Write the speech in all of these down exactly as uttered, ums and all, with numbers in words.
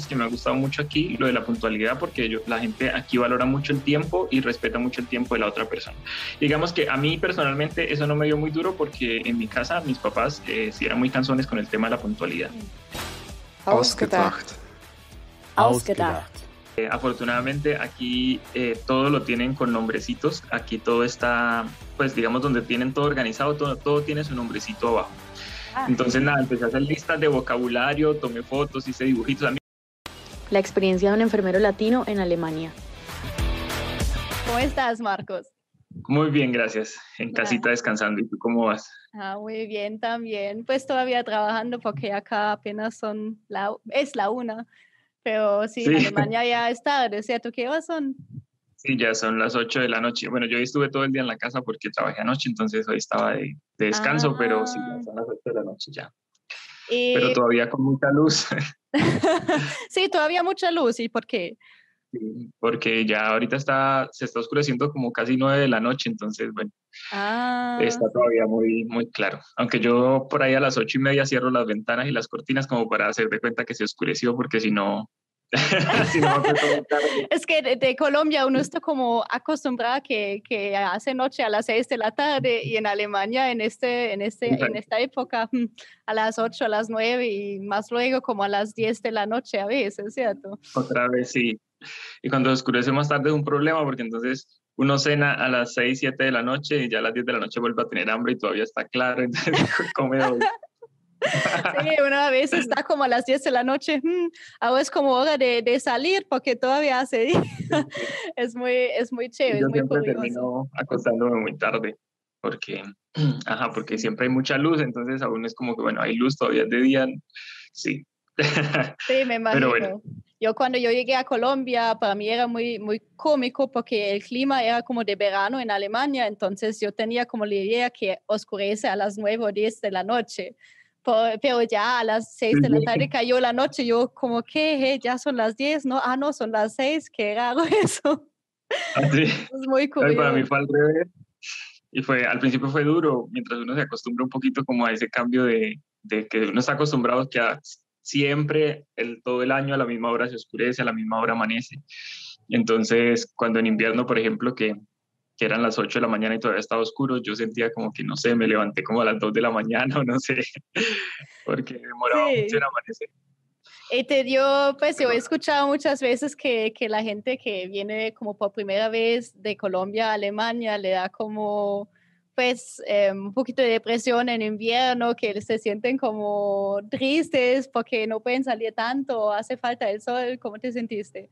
que me ha gustado mucho aquí, lo de la puntualidad, porque yo, la gente aquí valora mucho el tiempo y respeta mucho el tiempo de la otra persona. Digamos que a mí personalmente eso no me dio muy duro porque en mi casa mis papás eh, sí eran muy cansones con el tema de la puntualidad. Ausgedacht. Ausgedacht. Eh, afortunadamente aquí eh, todo lo tienen con nombrecitos, aquí todo está, pues digamos donde tienen todo organizado, todo, todo tiene su nombrecito abajo. Ah. Entonces nada, empecé a hacer listas de vocabulario, tomé fotos, hice dibujitos. A mí... La experiencia de un enfermero latino en Alemania. ¿Cómo estás, Marcos? Muy bien, gracias. En casita Ah. descansando. ¿Y tú cómo vas? Ah, muy bien también. Pues todavía trabajando porque acá apenas son la, es la una. Pero sí, Sí. en Alemania ya es tarde, ¿cierto? ¿Qué horas son? Sí, ya son las ocho de la noche. Bueno, yo hoy estuve todo el día en la casa porque trabajé anoche, entonces hoy estaba de, de descanso, Ah. pero sí, ya son las ocho de la noche ya. Y... Pero todavía con mucha luz. Sí, todavía mucha luz. ¿Y por qué? Sí, porque ya ahorita está, se está oscureciendo como casi nueve de la noche, entonces, bueno, Ah, está sí. todavía muy, muy claro. Aunque yo por ahí a las ocho y media cierro las ventanas y las cortinas como para hacer de cuenta que se oscureció, porque si no, si no me muy tarde. Es que de, de Colombia uno está como acostumbrado que, que hace noche a las seis de la tarde y en Alemania en, este, en, este, en esta época a las ocho, a las nueve y más luego como a las diez de la noche a veces, ¿cierto? Otra vez sí. Y cuando oscurece más tarde es un problema porque entonces uno cena a las seis, siete de la noche y ya a las diez de la noche vuelve a tener hambre y todavía está claro, entonces come hoy. Sí, una vez está como a las diez de la noche, hmm, ahora es como hora de, de salir porque todavía hace día. Es muy, es muy chévere, Yo es muy siempre curioso. termino acostándome muy tarde porque, ajá, porque siempre hay mucha luz, entonces aún es como que, bueno, hay luz, todavía es de día, sí. Sí, me imagino. Pero bueno. Yo cuando yo llegué a Colombia, para mí era muy, muy cómico porque el clima era como de verano en Alemania, entonces yo tenía como la idea que oscurece a las nueve o diez de la noche. Pero ya a las seis de la tarde cayó la noche, yo como que ya son las diez, ¿no? Ah, no, son las seis, qué raro eso. Así. Es muy curioso. Para mí fue al revés. Y fue, al principio fue duro, mientras uno se acostumbra un poquito como a ese cambio de, de que uno está acostumbrado que a, siempre, el, todo el año a la misma hora se oscurece, a la misma hora amanece. Entonces, cuando en invierno, por ejemplo, que, que eran las ocho de la mañana y todavía estaba oscuro, yo sentía como que, no sé, me levanté como a las dos de la mañana o no sé, porque demoraba Sí. mucho en amanecer. Y te dio, pues yo he escuchado muchas veces que, que la gente que viene como por primera vez de Colombia a Alemania le da como, pues, eh, un poquito de depresión en invierno, que se sienten como tristes porque no pueden salir tanto, hace falta el sol. ¿Cómo te sentiste?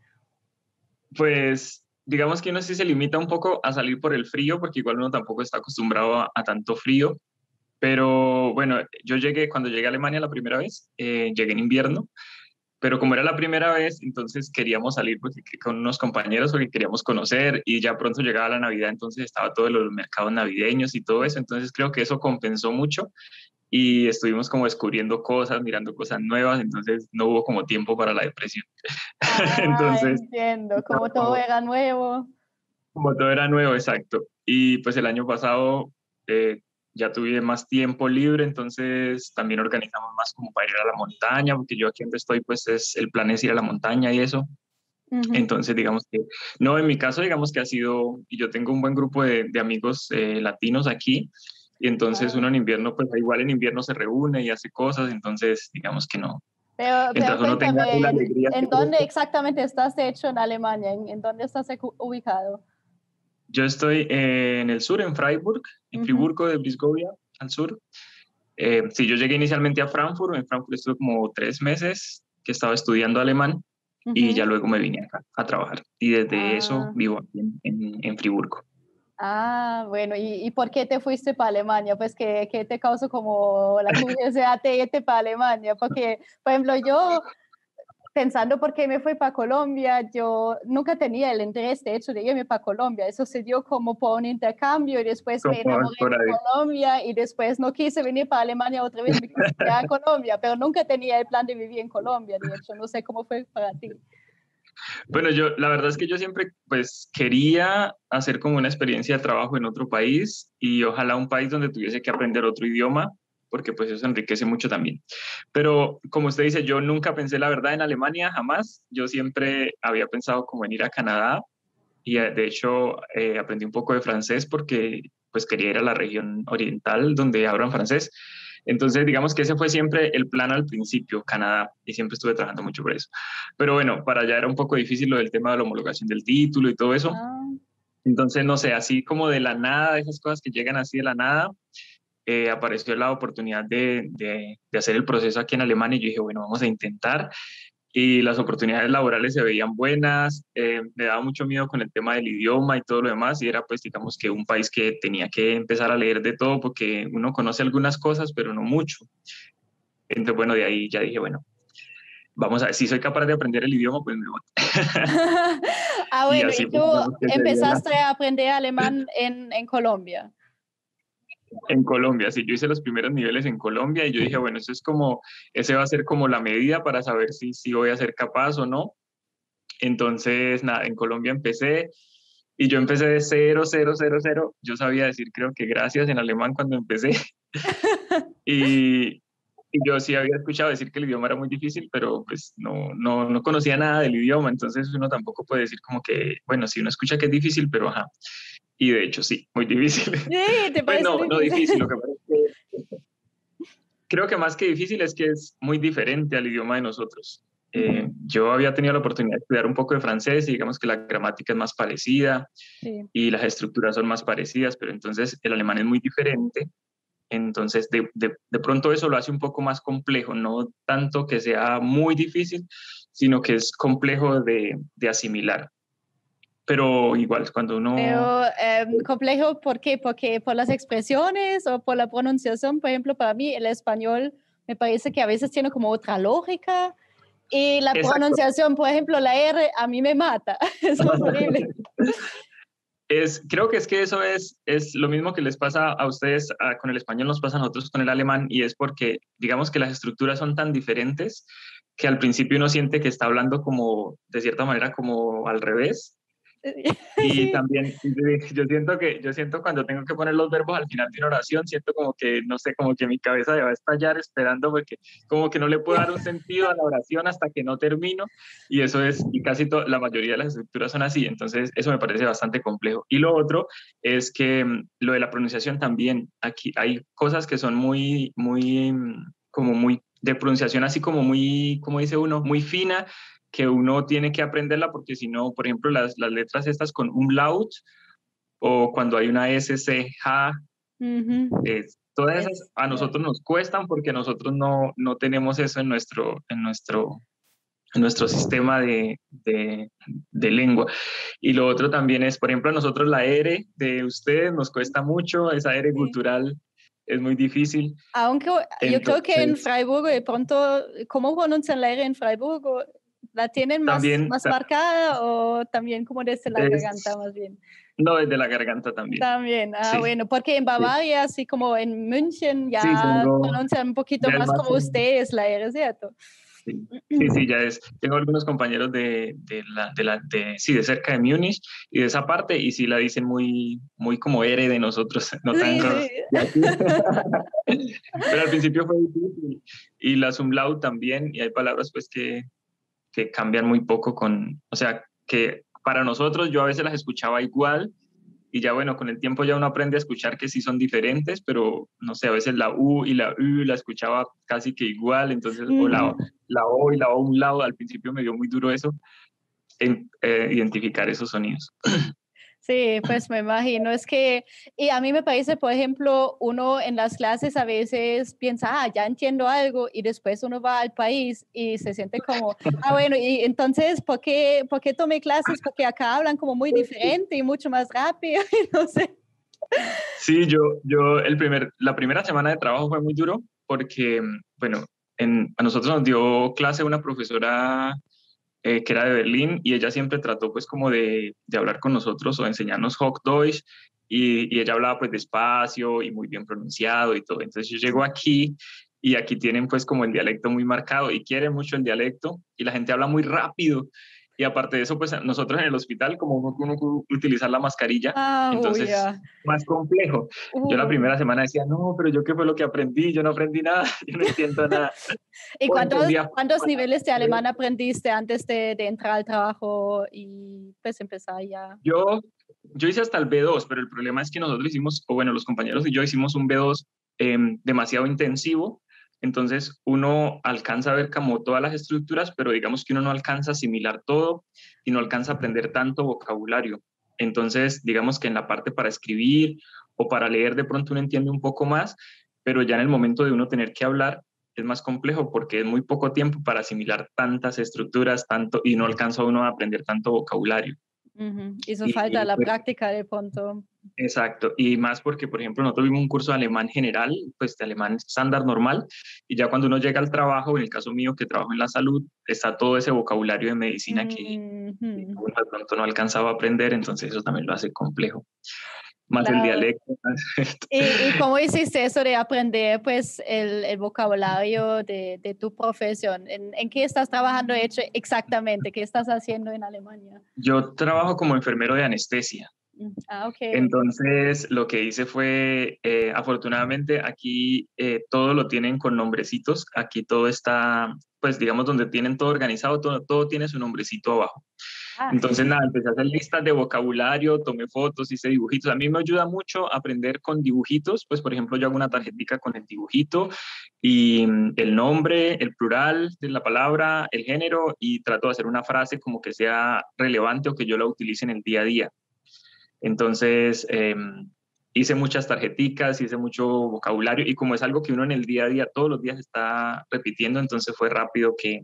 Pues digamos que uno sí se limita un poco a salir por el frío, porque igual uno tampoco está acostumbrado a, a tanto frío. Pero bueno, yo llegué, cuando llegué a Alemania la primera vez, eh, llegué en invierno, pero como era la primera vez, entonces queríamos salir porque, con unos compañeros porque queríamos conocer y ya pronto llegaba la Navidad, entonces estaba todo los mercados navideños y todo eso, entonces creo que eso compensó mucho y estuvimos como descubriendo cosas, mirando cosas nuevas, entonces no hubo como tiempo para la depresión. Ah, entonces, entiendo, como todo era nuevo. Como todo era nuevo, exacto. Y pues el año pasado eh, ya tuve más tiempo libre, entonces también organizamos más como para ir a la montaña, porque yo aquí donde estoy, pues es, el plan es ir a la montaña y eso. Uh-huh. Entonces, digamos que, no, en mi caso, digamos que ha sido, y yo tengo un buen grupo de, de amigos eh, latinos aquí, y entonces Ah. uno en invierno, pues igual en invierno se reúne y hace cosas, entonces digamos que no. Pero, Mientras pero uno tenga cuéntame, la ¿en, alegría. en dónde exactamente estás de hecho en Alemania? ¿En, en dónde estás ubicado? Yo estoy eh, en el sur, en Freiburg, en Uh-huh. Friburgo de Brisgovia, al sur. Eh, sí, yo llegué inicialmente a Frankfurt, en Frankfurt estuve como tres meses que estaba estudiando alemán Uh-huh. y ya luego me vine acá a trabajar y desde Ah. eso vivo aquí en, en, en Friburgo. Ah, bueno, ¿y, ¿y por qué te fuiste para Alemania? Pues, ¿qué, qué te causó como la curiosidad de irte para Alemania? Porque, por ejemplo, yo, pensando por qué me fui para Colombia, yo nunca tenía el interés, de hecho, de irme para Colombia. Eso se dio como por un intercambio y después me enamoré de Colombia y después no quise venir para Alemania otra vez, me quise quedar a Colombia, pero nunca tenía el plan de vivir en Colombia, de hecho, no sé cómo fue para ti. Bueno, yo, la verdad es que yo siempre, pues, quería hacer como una experiencia de trabajo en otro país y ojalá un país donde tuviese que aprender otro idioma. porque pues eso enriquece mucho también. Pero como usted dice, yo nunca pensé la verdad en Alemania, jamás. Yo siempre había pensado como en ir a Canadá y eh, de hecho eh, aprendí un poco de francés porque pues quería ir a la región oriental donde hablan francés. Entonces, digamos que ese fue siempre el plan al principio, Canadá, y siempre estuve trabajando mucho por eso. Pero bueno, para allá era un poco difícil lo del tema de la homologación del título y todo eso. Ah, Entonces, no sé, así como de la nada, esas cosas que llegan así de la nada, eh, apareció la oportunidad de, de, de hacer el proceso aquí en Alemania y yo dije, bueno, vamos a intentar. Y las oportunidades laborales se veían buenas, eh, me daba mucho miedo con el tema del idioma y todo lo demás, y era pues digamos que un país que tenía que empezar a leer de todo porque uno conoce algunas cosas, pero no mucho. Entonces, bueno, de ahí ya dije, bueno, vamos a ver, si soy capaz de aprender el idioma, pues me voy. ah, Y bueno, así y tú pues, digamos que sería la- empezaste a aprender alemán en, en Colombia. en Colombia, sí, yo hice los primeros niveles en Colombia y yo dije, bueno, eso es como, ese va a ser como la medida para saber si, si voy a ser capaz o no. Entonces, nada, en Colombia empecé y yo empecé de cero, cero, cero, cero. Yo sabía decir, creo que gracias en alemán cuando empecé. Y, y yo sí había escuchado decir que el idioma era muy difícil, pero pues no, no, no conocía nada del idioma. Entonces uno tampoco puede decir como que, bueno, sí, uno escucha que es difícil, pero ajá. Y de hecho, sí, muy difícil. Sí, ¿te Pues parece no, no difícil, lo difícil? que pasa es que creo que más que difícil es que es muy diferente al idioma de nosotros. Eh, yo había tenido la oportunidad de estudiar un poco de francés y digamos que la gramática es más parecida Sí. y las estructuras son más parecidas, pero entonces el alemán es muy diferente. Entonces, de, de, de pronto eso lo hace un poco más complejo, no tanto que sea muy difícil, sino que es complejo de, de asimilar. Pero igual, cuando uno... Pero em, complejo, ¿por qué? Porque por las expresiones o por la pronunciación, por ejemplo, para mí el español me parece que a veces tiene como otra lógica y la Exacto. pronunciación, por ejemplo, la R a mí me mata, es horrible. Es, creo que es que eso es, es lo mismo que les pasa a ustedes a, con el español, nos pasa a nosotros con el alemán, y es porque digamos que las estructuras son tan diferentes que al principio uno siente que está hablando como, de cierta manera, como al revés. Y Sí. también yo siento que, yo siento cuando tengo que poner los verbos al final de una oración, siento como que, no sé, como que mi cabeza ya va a estallar esperando porque como que no le puedo dar un sentido a la oración hasta que no termino, y eso es, y casi to, la mayoría de las estructuras son así, entonces eso me parece bastante complejo. Y lo otro es que mm, lo de la pronunciación también, aquí hay cosas que son muy, muy, mm, como muy, de pronunciación así como muy, como dice uno, muy fina, que uno tiene que aprenderla porque si no, por ejemplo, las, las letras estas con umlaut o cuando hay una S C H, Uh-huh. eh, todas esas Es, a nosotros nos cuestan porque nosotros no, no tenemos eso en nuestro, en nuestro, en nuestro sistema de, de, de lengua. Y lo otro también es, por ejemplo, a nosotros la R de ustedes nos cuesta mucho, esa R sí. gutural es muy difícil. Aunque yo creo que en Entonces, Freiburg de pronto, ¿cómo pronuncian la R en Freiburg? ¿La tienen más, también más marcada o también como desde la garganta es, más bien? no, desde la garganta también. También, ah, Sí, bueno, porque en sí, Bavaria, así como en München, sí, ya tengo, pronuncian un poquito ya es más más como ustedes la R, ¿cierto? sí, sí, sí, ya es. Tengo algunos compañeros de, de la, de la, de, sí, de cerca de Múnich y de esa parte, y sí la dicen muy, muy como R de nosotros, no tan Sí, sí. de aquí. Pero al principio fue difícil. Y la umlaut también, y hay palabras pues que, que cambian muy poco con, o sea, que para nosotros yo a veces las escuchaba igual, y ya bueno, con el tiempo ya uno aprende a escuchar que sí son diferentes, pero no sé, a veces la U y la U la escuchaba casi que igual, entonces, o la, Ujú. la O y la O a un lado, al principio me dio muy duro eso, en, eh, identificar esos sonidos. Sí, pues me imagino, es que, y a mí me parece, por ejemplo, uno en las clases a veces piensa, ah, ya entiendo algo, y después uno va al país y se siente como, ah, bueno, y entonces, ¿por qué, por qué tomé clases? Porque acá hablan como muy diferente y mucho más rápido, y no sé. Sí, yo, yo el primer, la primera semana de trabajo fue muy duro porque, bueno, en, a nosotros nos dio clase una profesora eh, que era de Berlín, y ella siempre trató pues como de, de hablar con nosotros o enseñarnos Hochdeutsch, y, y ella hablaba pues despacio y muy bien pronunciado y todo. Entonces yo llego aquí y aquí tienen pues como el dialecto muy marcado y quieren mucho el dialecto y la gente habla muy rápido. y aparte de eso, pues nosotros en el hospital, como uno, uno utilizar la mascarilla, Ah, entonces oh, yeah. más complejo. Uh. Yo la primera semana decía, no, pero yo qué fue lo que aprendí, yo no aprendí nada, yo no entiendo nada. ¿Y O cuántos, entendía, cuántos niveles de alemán aprendiste antes de, de entrar al trabajo y pues empezar ya? Yo, yo hice hasta el B dos, pero el problema es que nosotros hicimos, o bueno, los compañeros y yo hicimos un B dos eh, demasiado intensivo. Entonces uno alcanza a ver como todas las estructuras, pero digamos que uno no alcanza a asimilar todo y no alcanza a aprender tanto vocabulario. Entonces, digamos que en la parte para escribir o para leer de pronto uno entiende un poco más, pero ya en el momento de uno tener que hablar es más complejo porque es muy poco tiempo para asimilar tantas estructuras tanto, y no alcanza uno a aprender tanto vocabulario. Uh-huh. Hizo Y, falta la pues, práctica de pronto. exacto, y más porque, por ejemplo, nosotros tuvimos un curso de alemán general, pues de alemán estándar normal, y ya cuando uno llega al trabajo, en el caso mío que trabajo en la salud, está todo ese vocabulario de medicina que, Uh-huh. que uno de pronto no alcanzaba a aprender, entonces eso también lo hace complejo. Más Claro. el dialecto. Más ¿Y, ¿Y cómo hiciste eso de aprender pues el, el vocabulario de, de tu profesión? ¿En, ¿En qué estás trabajando hecho exactamente? ¿Qué estás haciendo en Alemania? Yo trabajo como enfermero de anestesia. Ah, ok. Entonces, lo que hice fue, eh, afortunadamente, aquí eh, todo lo tienen con nombrecitos. Aquí todo está, pues, digamos, donde tienen todo organizado, todo, todo tiene su nombrecito abajo. Ah. Entonces, nada, empecé a hacer listas de vocabulario, tomé fotos, hice dibujitos. A mí me ayuda mucho aprender con dibujitos. Pues, por ejemplo, yo hago una tarjetica con el dibujito y mm, el nombre, el plural de la palabra, el género, y trato de hacer una frase como que sea relevante o que yo la utilice en el día a día. Entonces, eh, hice muchas tarjeticas, hice mucho vocabulario y como es algo que uno en el día a día, todos los días está repitiendo, entonces fue rápido que,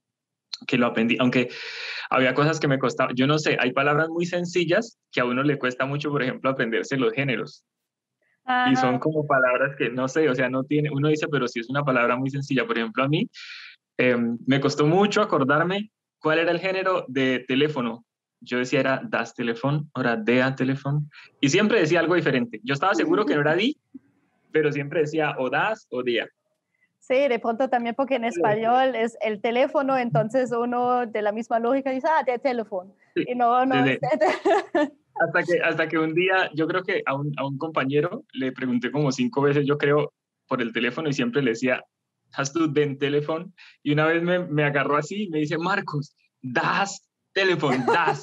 que lo aprendí. Aunque había cosas que me costaban, yo no sé, hay palabras muy sencillas que a uno le cuesta mucho, por ejemplo, aprenderse los géneros. Ajá. Y son como palabras que no sé, o sea, no tiene, uno dice, pero si es una palabra muy sencilla. Por ejemplo, a mí eh, me costó mucho acordarme cuál era el género de teléfono. Yo decía era das Telefon, ahora dea Telefon, y siempre decía algo diferente. Yo estaba seguro que no era di, pero siempre decía o das o dea. Sí, de pronto también porque en español es el teléfono, entonces uno de la misma lógica dice, ah, de teléfono. Sí, Y no, no. desde, hasta, que, hasta que un día, yo creo que a un, a un compañero le pregunté como cinco veces, yo creo, por el teléfono y siempre le decía, ¿hast du den Telefon? Y una vez me, me agarró así y me dice, Marcos, das Telefon, das.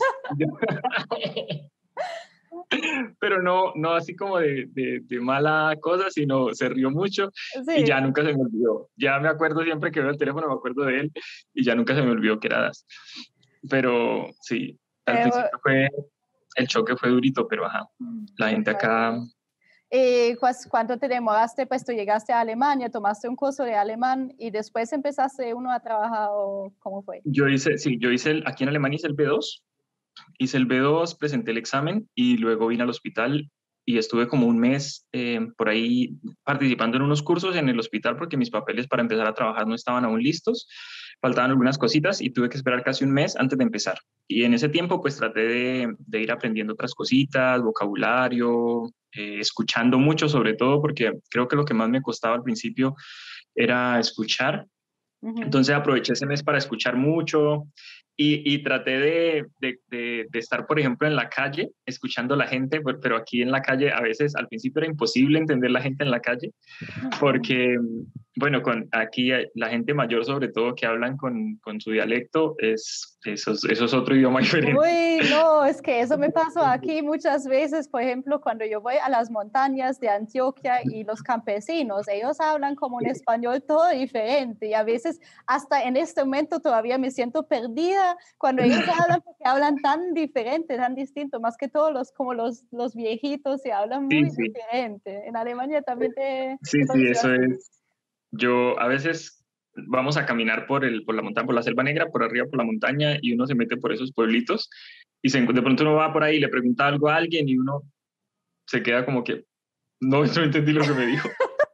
Pero no, no así como de, de, de mala cosa, sino se rió mucho Sí. y ya nunca se me olvidó. Ya me acuerdo siempre que veo el teléfono, me acuerdo de él y ya nunca se me olvidó que era das. Pero sí, al Pero, principio fue, el choque fue durito, pero ajá, la gente acá... ¿Y cuánto te demoraste? Pues tú llegaste a Alemania, tomaste un curso de alemán y después empezaste uno a trabajar, ¿o cómo fue? Yo hice, sí, yo hice, el, aquí en Alemania hice el B dos, hice el B dos, presenté el examen y luego vine al hospital y estuve como un mes eh, por ahí participando en unos cursos en el hospital porque mis papeles para empezar a trabajar no estaban aún listos, faltaban algunas cositas y tuve que esperar casi un mes antes de empezar. Y en ese tiempo pues traté de, de ir aprendiendo otras cositas, vocabulario, eh, escuchando mucho sobre todo, porque creo que lo que más me costaba al principio era escuchar. Uh-huh. Entonces aproveché ese mes para escuchar mucho. Y, y traté de, de, de, de estar, por ejemplo, en la calle, escuchando a la gente, pero aquí en la calle a veces al principio era imposible entender la gente en la calle, porque, bueno, con, aquí la gente mayor sobre todo que hablan con, con su dialecto, es, eso, es, eso es otro idioma diferente. Uy, no, es que eso me pasó aquí muchas veces, por ejemplo, cuando yo voy a las montañas de Antioquia y los campesinos, ellos hablan como un español todo diferente y a veces hasta en este momento todavía me siento perdida cuando ellos hablan porque hablan tan diferente, tan distinto, más que todos los, como los, los viejitos se hablan muy sí, sí. diferente. En Alemania también te... Sí, sí, eso es. Yo a veces vamos a caminar por, el, por la montaña, por la Selva Negra, por arriba por la montaña y uno se mete por esos pueblitos y se, de pronto uno va por ahí y le pregunta algo a alguien y uno se queda como que no, no entendí lo que me dijo.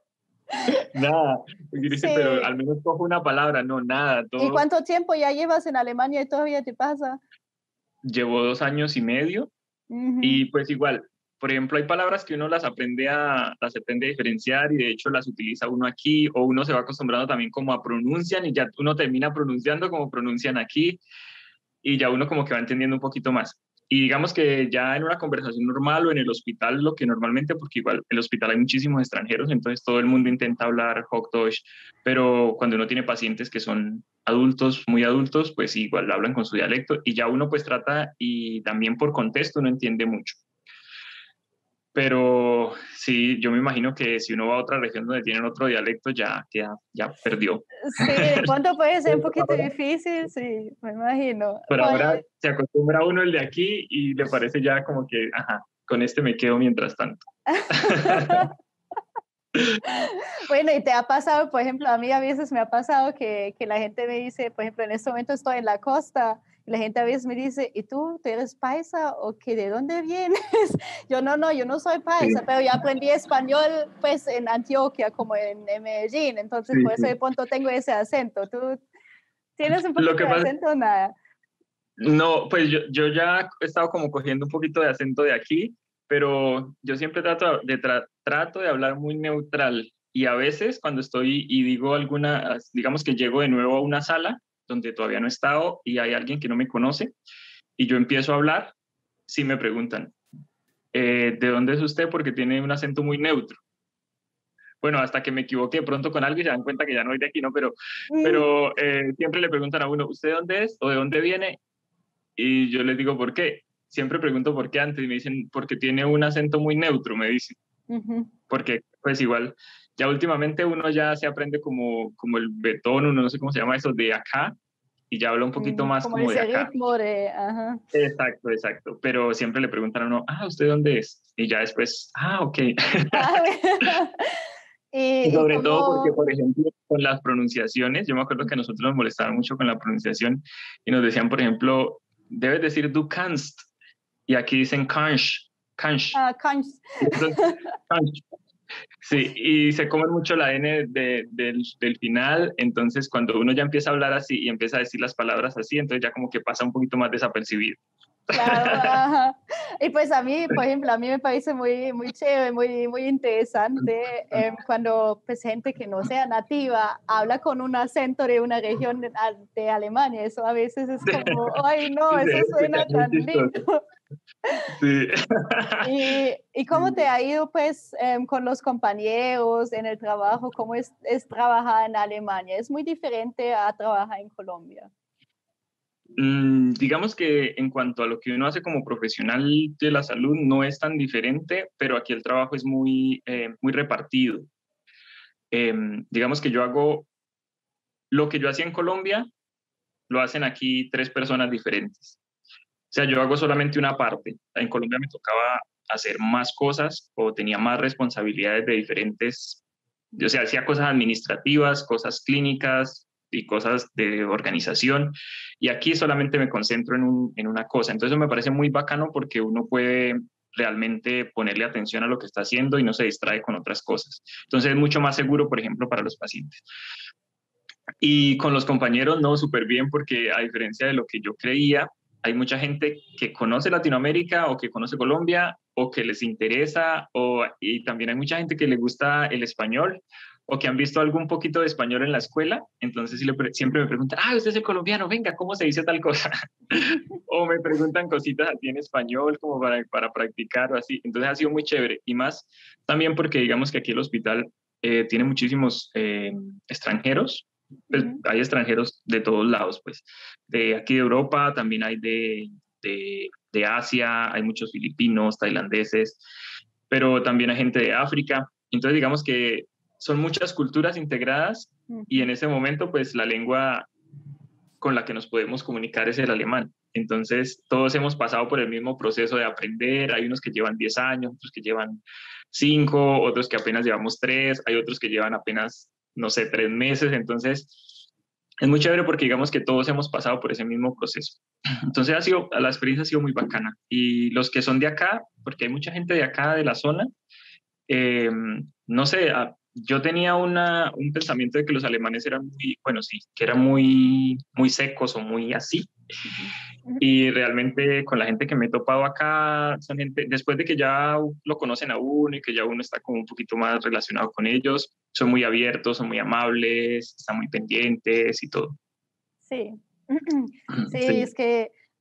Nada, dice, sí. Pero al menos cojo una palabra, no, nada. Todo. ¿Y cuánto tiempo ya llevas en Alemania y todavía te pasa? Llevo dos años y medio uh-huh. Y pues igual, por ejemplo, hay palabras que uno las aprende a, las aprende a diferenciar y de hecho las utiliza uno aquí o uno se va acostumbrando también como a pronuncian y ya uno termina pronunciando como pronuncian aquí. y ya uno como que va entendiendo un poquito más. Y digamos que ya en una conversación normal o en el hospital, lo que normalmente, porque igual en el hospital hay muchísimos extranjeros, entonces todo el mundo intenta hablar Hochdeutsch, pero cuando uno tiene pacientes que son adultos, muy adultos, pues igual hablan con su dialecto y ya uno pues trata y también por contexto uno entiende mucho. Pero sí, yo me imagino que si uno va a otra región donde tienen otro dialecto, ya, ya, ya perdió. Sí, de pronto puede ser un poquito difícil, sí, me imagino. Pero ahora Pues, se acostumbra uno el de aquí y le parece ya como que, ajá, con este me quedo mientras tanto. bueno, y te ha pasado, por ejemplo, a mí a veces me ha pasado que, que la gente me dice, por ejemplo, en este momento estoy en la costa, y la gente a veces me dice, ¿y tú, tú eres paisa o que de dónde vienes? Yo no, no, yo no soy paisa, Sí, pero yo aprendí español pues en Antioquia, como en, en Medellín, entonces sí, por eso de sí. pronto tengo ese acento. ¿Tú tienes un Lo poquito que de pasa, acento o nada? no, pues yo, yo ya he estado como cogiendo un poquito de acento de aquí, pero yo siempre trato de, tra- trato de hablar muy neutral y a veces cuando estoy y digo alguna, digamos que llego de nuevo a una sala donde todavía no he estado y hay alguien que no me conoce y yo empiezo a hablar, sí me preguntan, eh, ¿de dónde es usted? Porque tiene un acento muy neutro. Bueno, hasta que me equivoqué pronto con algo y se dan cuenta que ya no soy de aquí, ¿no? Pero, Mm, pero eh, siempre le preguntan a uno, ¿usted de dónde es o de dónde viene? Y yo les digo, ¿por qué? Siempre pregunto por qué antes y me dicen, porque tiene un acento muy neutro, me dicen. ujú. Porque, pues igual, ya últimamente uno ya se aprende como, como el betón, uno no sé cómo se llama eso, de acá, y ya habla un poquito Mm, más como como de ese acá. ritmo de, ajá. Exacto, exacto. Pero siempre le preguntan a uno, ah, ¿usted dónde es? Y ya después, ah, ok. Ah, y, Y y sobre todo porque, como, por ejemplo, con las pronunciaciones, yo me acuerdo que a nosotros nos molestaban mucho con la pronunciación y nos decían, por ejemplo, debes decir du kannst, y aquí dicen kannst, kannst. ah, cons- Y entonces, kannst. Sí, y se comen mucho la N de- del, del final, entonces cuando uno ya empieza a hablar así y empieza a decir las palabras así, entonces ya como que pasa un poquito más desapercibido. Claro, ajá. Y pues a mí, por ejemplo, a mí me parece muy, muy chévere, muy, muy interesante em, cuando pues gente que no sea nativa habla con un acento de una región de, de Alemania. Eso a veces es como, ay no, Sí, se eso escucha suena muy tan lindo. chistoso. Sí. ¿Y, y cómo te ha ido pues em, con los compañeros en el trabajo? ¿Cómo es, es trabajar en Alemania? ¿Es muy diferente a trabajar en Colombia? Mm, digamos que en cuanto a lo que uno hace como profesional de la salud no es tan diferente, pero aquí el trabajo es muy, eh, muy repartido. Em, digamos que yo hago lo que yo hacía en Colombia, lo hacen aquí tres personas diferentes. O sea, yo hago solamente una parte. En Colombia me tocaba hacer más cosas o tenía más responsabilidades de diferentes, o sea, hacía cosas administrativas, cosas clínicas y cosas de organización. Y aquí solamente me concentro en, un, en una cosa. Entonces me parece muy bacano porque uno puede realmente ponerle atención a lo que está haciendo y no se distrae con otras cosas. Entonces es mucho más seguro, por ejemplo, para los pacientes. Y con los compañeros no, súper bien, porque a diferencia de lo que yo creía, hay mucha gente que conoce Latinoamérica o que conoce Colombia o que les interesa, o, y también hay mucha gente que le gusta el español o que han visto algún poquito de español en la escuela, entonces sí le, siempre me preguntan, ah, usted es el colombiano, venga, ¿cómo se dice tal cosa? O me preguntan cositas así en español como para, para practicar o así, entonces ha sido muy chévere y más también porque digamos que aquí el hospital eh, tiene muchísimos eh, extranjeros, pues Ujú. hay extranjeros de todos lados, pues de aquí de Europa, también hay de, de, de Asia, hay muchos filipinos, tailandeses, pero también hay gente de África, entonces digamos que son muchas culturas integradas y Ujú. en ese momento pues la lengua con la que nos podemos comunicar es el alemán. Entonces, todos hemos pasado por el mismo proceso de aprender. Hay unos que llevan diez años, otros que llevan cinco, otros que apenas llevamos tres, hay otros que llevan apenas, no sé, tres meses. Entonces, es muy chévere porque digamos que todos hemos pasado por ese mismo proceso. Entonces, ha sido, la experiencia ha sido muy bacana. Y los que son de acá, porque hay mucha gente de acá, de la zona, eh, no sé, a, yo tenía una, un pensamiento de que los alemanes eran muy, bueno, sí, que eran muy, muy secos o muy así. Ujú. Y realmente con la gente que me he topado acá, son gente, después de que ya lo conocen a uno y que ya uno está como un poquito más relacionado con ellos, son muy abiertos, son muy amables, están muy pendientes y todo. Sí. Sí, Sí. es que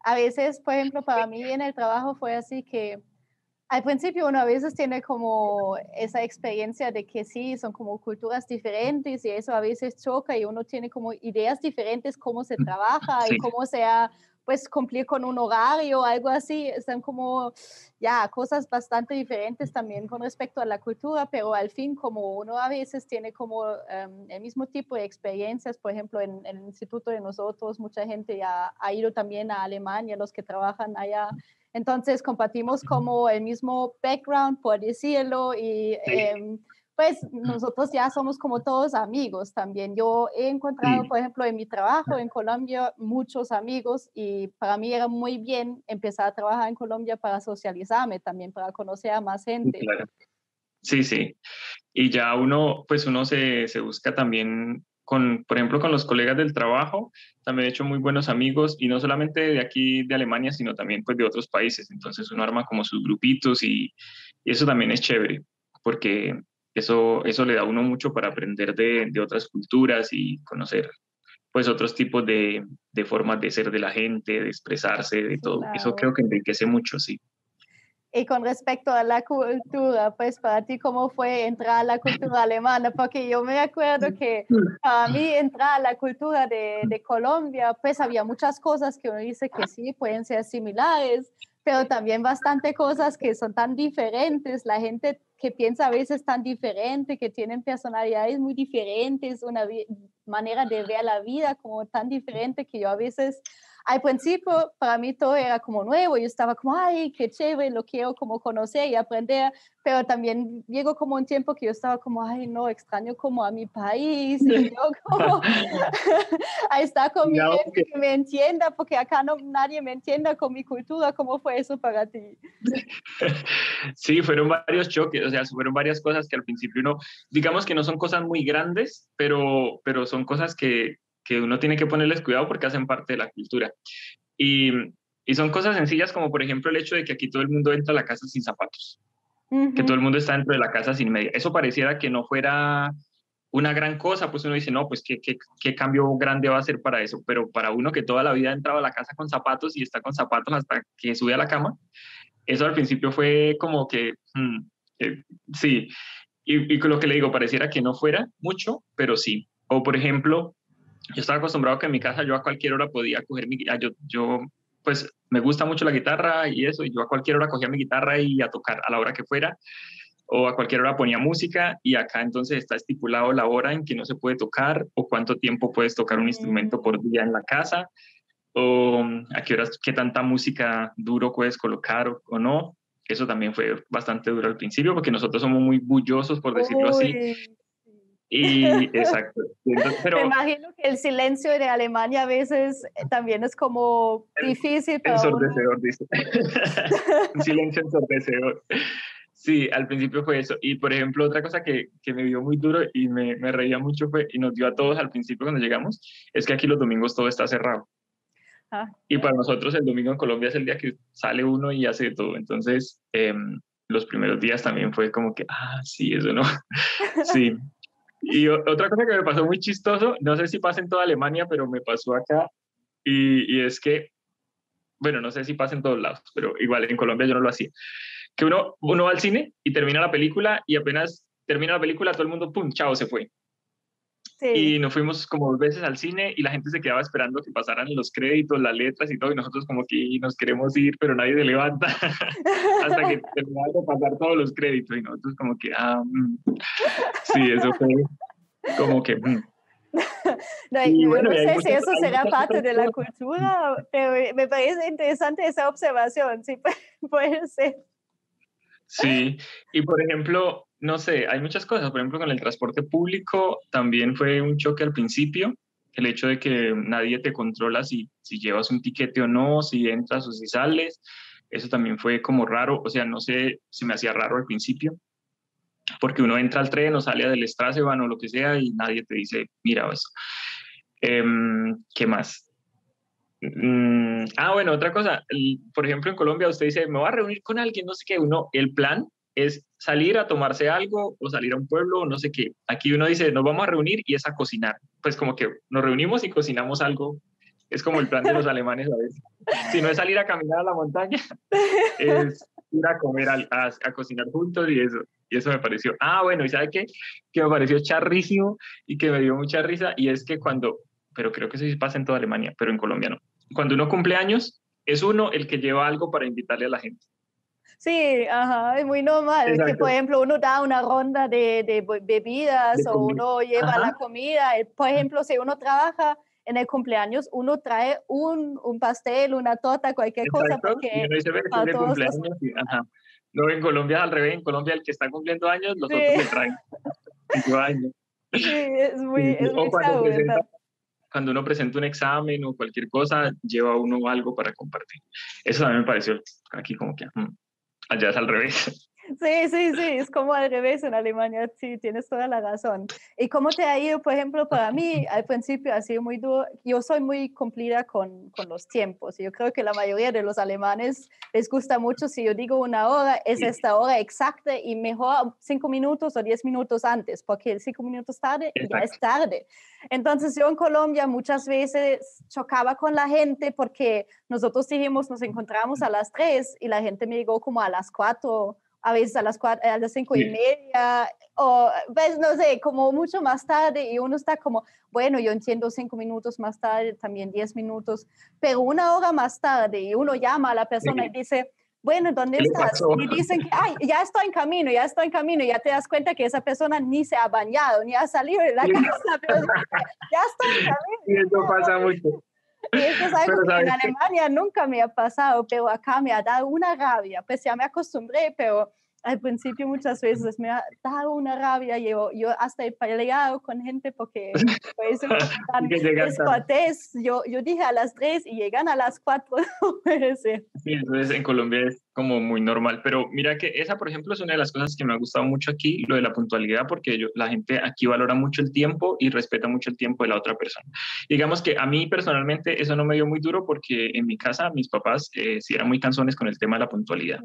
a veces, por ejemplo, para mí en el trabajo fue así que al principio uno a veces tiene como esa experiencia de que sí, son como culturas diferentes y eso a veces choca y uno tiene como ideas diferentes cómo se trabaja y Sí, cómo sea, pues cumplir con un horario o algo así. Están como, ya, cosas bastante diferentes también con respecto a la cultura, pero al fin como uno a veces tiene como um, el mismo tipo de experiencias, por ejemplo, en, en el instituto de nosotros, mucha gente ya ha ido también a Alemania, los que trabajan allá. Entonces compartimos como el mismo background, por decirlo, y sí, eh, pues nosotros ya somos como todos amigos también. Yo he encontrado, sí, por ejemplo, en mi trabajo en Colombia, muchos amigos y para mí era muy bien empezar a trabajar en Colombia para socializarme también, para conocer a más sí, gente. claro. Sí, sí. Y ya uno, pues uno se, se busca también con, por ejemplo, con los colegas del trabajo, también he hecho muy buenos amigos y no solamente de aquí de Alemania, sino también pues de otros países. Entonces uno arma como sus grupitos y, y eso también es chévere, porque eso, eso le da a uno mucho para aprender de, de otras culturas y conocer pues otros tipos de, de formas de ser de la gente, de expresarse, de todo. Eso Claro. creo que enriquece mucho, sí. Y con respecto a la cultura, pues para ti, ¿cómo fue entrar a la cultura alemana? Porque yo me acuerdo que para mí entrar a la cultura de, de Colombia, pues había muchas cosas que uno dice que sí, pueden ser similares, pero también bastante cosas que son tan diferentes. La gente que piensa a veces tan diferente, que tienen personalidades muy diferentes, una manera de ver la vida como tan diferente que yo a veces al principio para mí todo era como nuevo, yo estaba como, ay, qué chévere, lo quiero como conocer y aprender, pero también llegó como un tiempo que yo estaba como, ay, no, extraño como a mi país y yo como a estar con mi Digamos gente que me entienda, porque acá no nadie me entienda con mi cultura. ¿Cómo fue eso para ti? Sí, fueron varios choques, o sea, fueron varias cosas que al principio uno, digamos que no son cosas muy grandes, pero, pero son cosas que, que uno tiene que ponerles cuidado porque hacen parte de la cultura. Y, y son cosas sencillas como por ejemplo el hecho de que aquí todo el mundo entra a la casa sin zapatos, que todo Ujú. el mundo está dentro de la casa sin media. Eso pareciera que no fuera una gran cosa, pues uno dice, no, pues ¿qué, qué, qué cambio grande va a ser para eso, pero para uno que toda la vida ha entrado a la casa con zapatos y está con zapatos hasta que sube a la cama, eso al principio fue como que, mm, eh, sí, y, y con lo que le digo, pareciera que no fuera mucho, pero sí. O por ejemplo, yo estaba acostumbrado que en mi casa yo a cualquier hora podía coger mi, ah, yo, yo pues me gusta mucho la guitarra y eso, y yo a cualquier hora cogía mi guitarra y a tocar a la hora que fuera, o a cualquier hora ponía música, y acá entonces está estipulado la hora en que no se puede tocar, o cuánto tiempo puedes tocar un instrumento por Mm. día en la casa, o a qué horas, qué tanta música duro puedes colocar o, o no. Eso también fue bastante duro al principio porque nosotros somos muy bullosos, por decirlo así. Uy, Y exacto. Entonces, me pero imagino que el silencio de Alemania a veces eh, también es como difícil para uno. ensordecedor, dice. Un silencio ensordecedor. Sí, al principio fue eso. Y por ejemplo, otra cosa que, que me dio muy duro y me, me reía mucho fue, y nos dio a todos al principio cuando llegamos, es que aquí los domingos todo está cerrado. Ah, Y para nosotros el domingo en Colombia es el día que sale uno y hace todo. Entonces, eh, los primeros días también fue como que, ah, sí, eso no. Sí. Y o- otra cosa que me pasó muy chistoso, no sé si pasa en toda Alemania, pero me pasó acá, y, y es que, bueno, no sé si pasa en todos lados, pero igual en Colombia yo no lo hacía, que uno, uno va al cine y termina la película y apenas termina la película todo el mundo, pum, chao, se fue. sí. Y nos fuimos como dos veces al cine y la gente se quedaba esperando que pasaran los créditos, las letras y todo, y nosotros como que nos queremos ir, pero nadie se levanta hasta que terminaban de pasar todos los créditos y nosotros como que, ah, mm, sí, eso fue como que... mm. No, Y yo bueno, no y hay sé si muchas, eso hay será muchas parte otras de la cosas. cultura, pero me parece interesante esa observación, sí, puede ser. Sí, y por ejemplo, no sé, hay muchas cosas. Por ejemplo, con el transporte público también fue un choque al principio. El hecho de que nadie te controla si, si llevas un tiquete o no, si entras o si sales. Eso también fue como raro. O sea, no sé, se me hacía raro al principio, porque uno entra al tren o sale del Straßenbahn o lo que sea y nadie te dice, mira eso. Em, ¿qué más? Mm, ah, bueno, otra cosa, el- por ejemplo, en Colombia usted dice, me voy a reunir con alguien, no sé qué, uno, el plan es salir a tomarse algo o salir a un pueblo o no sé qué. Aquí uno dice, nos vamos a reunir y es a cocinar. Pues como que nos reunimos y cocinamos algo es como el plan de los alemanes a veces. Si no es salir a caminar a la montaña, es ir a comer, a, a, a cocinar juntos y eso. Y eso me pareció, ah, bueno, ¿y sabe qué? Que me pareció charrísimo y que me dio mucha risa, y es que cuando, pero creo que eso sí pasa en toda Alemania, pero en Colombia no. Cuando uno cumple años, es uno el que lleva algo para invitarle a la gente. Sí, ajá, es muy normal. Exacto. Que, por ejemplo, uno da una ronda de, de bebidas De o uno lleva ajá. la comida. Por ejemplo, si uno trabaja en el cumpleaños, uno trae un, un pastel, una torta, cualquier Exacto. cosa. Porque Y uno dice, ve, para de todos cumpleaños. los... Y, ajá. No, en Colombia al revés, en Colombia el que está cumpliendo años, los Sí. otros le traen. cinco años. Sí, es muy, es O muy cuando, sabroso. presenta, cuando uno presenta un examen o cualquier cosa, lleva uno algo para compartir. Eso también me pareció aquí como que hmm, allá es al revés. Sí, sí, sí, es como al revés en Alemania, sí, tienes toda la razón. ¿Y cómo te ha ido, por ejemplo, para mí? Al principio ha sido muy duro, yo soy muy cumplida con, con los tiempos, yo creo que la mayoría de los alemanes les gusta mucho, si yo digo una hora, es Sí. esta hora exacta y mejor cinco minutos o diez minutos antes, porque cinco minutos tarde Exacto. ya es tarde. Entonces yo en Colombia muchas veces chocaba con la gente porque nosotros dijimos nos encontramos a las tres y la gente me llegó como a las cuatro, a veces a las, cuatro, a las cinco sí. y media, o pues no sé, como mucho más tarde, y uno está como, bueno, yo entiendo cinco minutos más tarde, también diez minutos, pero una hora más tarde, y uno llama a la persona sí. y dice, bueno, ¿dónde estás? Y dicen que, ay, ya estoy en camino, ya estoy en camino, y ya te das cuenta que esa persona ni se ha bañado, ni ha salido de la casa, pero ya estoy en camino. Y eso pasa mucho. Y esto es algo que en Alemania nunca me ha pasado, pero acá me ha dado una rabia, pues ya me acostumbré, pero al principio muchas veces me ha dado una rabia, yo, yo hasta he peleado con gente porque pues, tan descortés, yo, yo dije a las tres y llegan a las cuatro, no puede ser. Sí, entonces en Colombia es como muy normal, pero mira que esa, por ejemplo, es una de las cosas que me ha gustado mucho aquí, lo de la puntualidad, porque yo, la gente aquí valora mucho el tiempo y respeta mucho el tiempo de la otra persona. Digamos que a mí personalmente eso no me dio muy duro porque en mi casa mis papás eh, sí eran muy cansones con el tema de la puntualidad.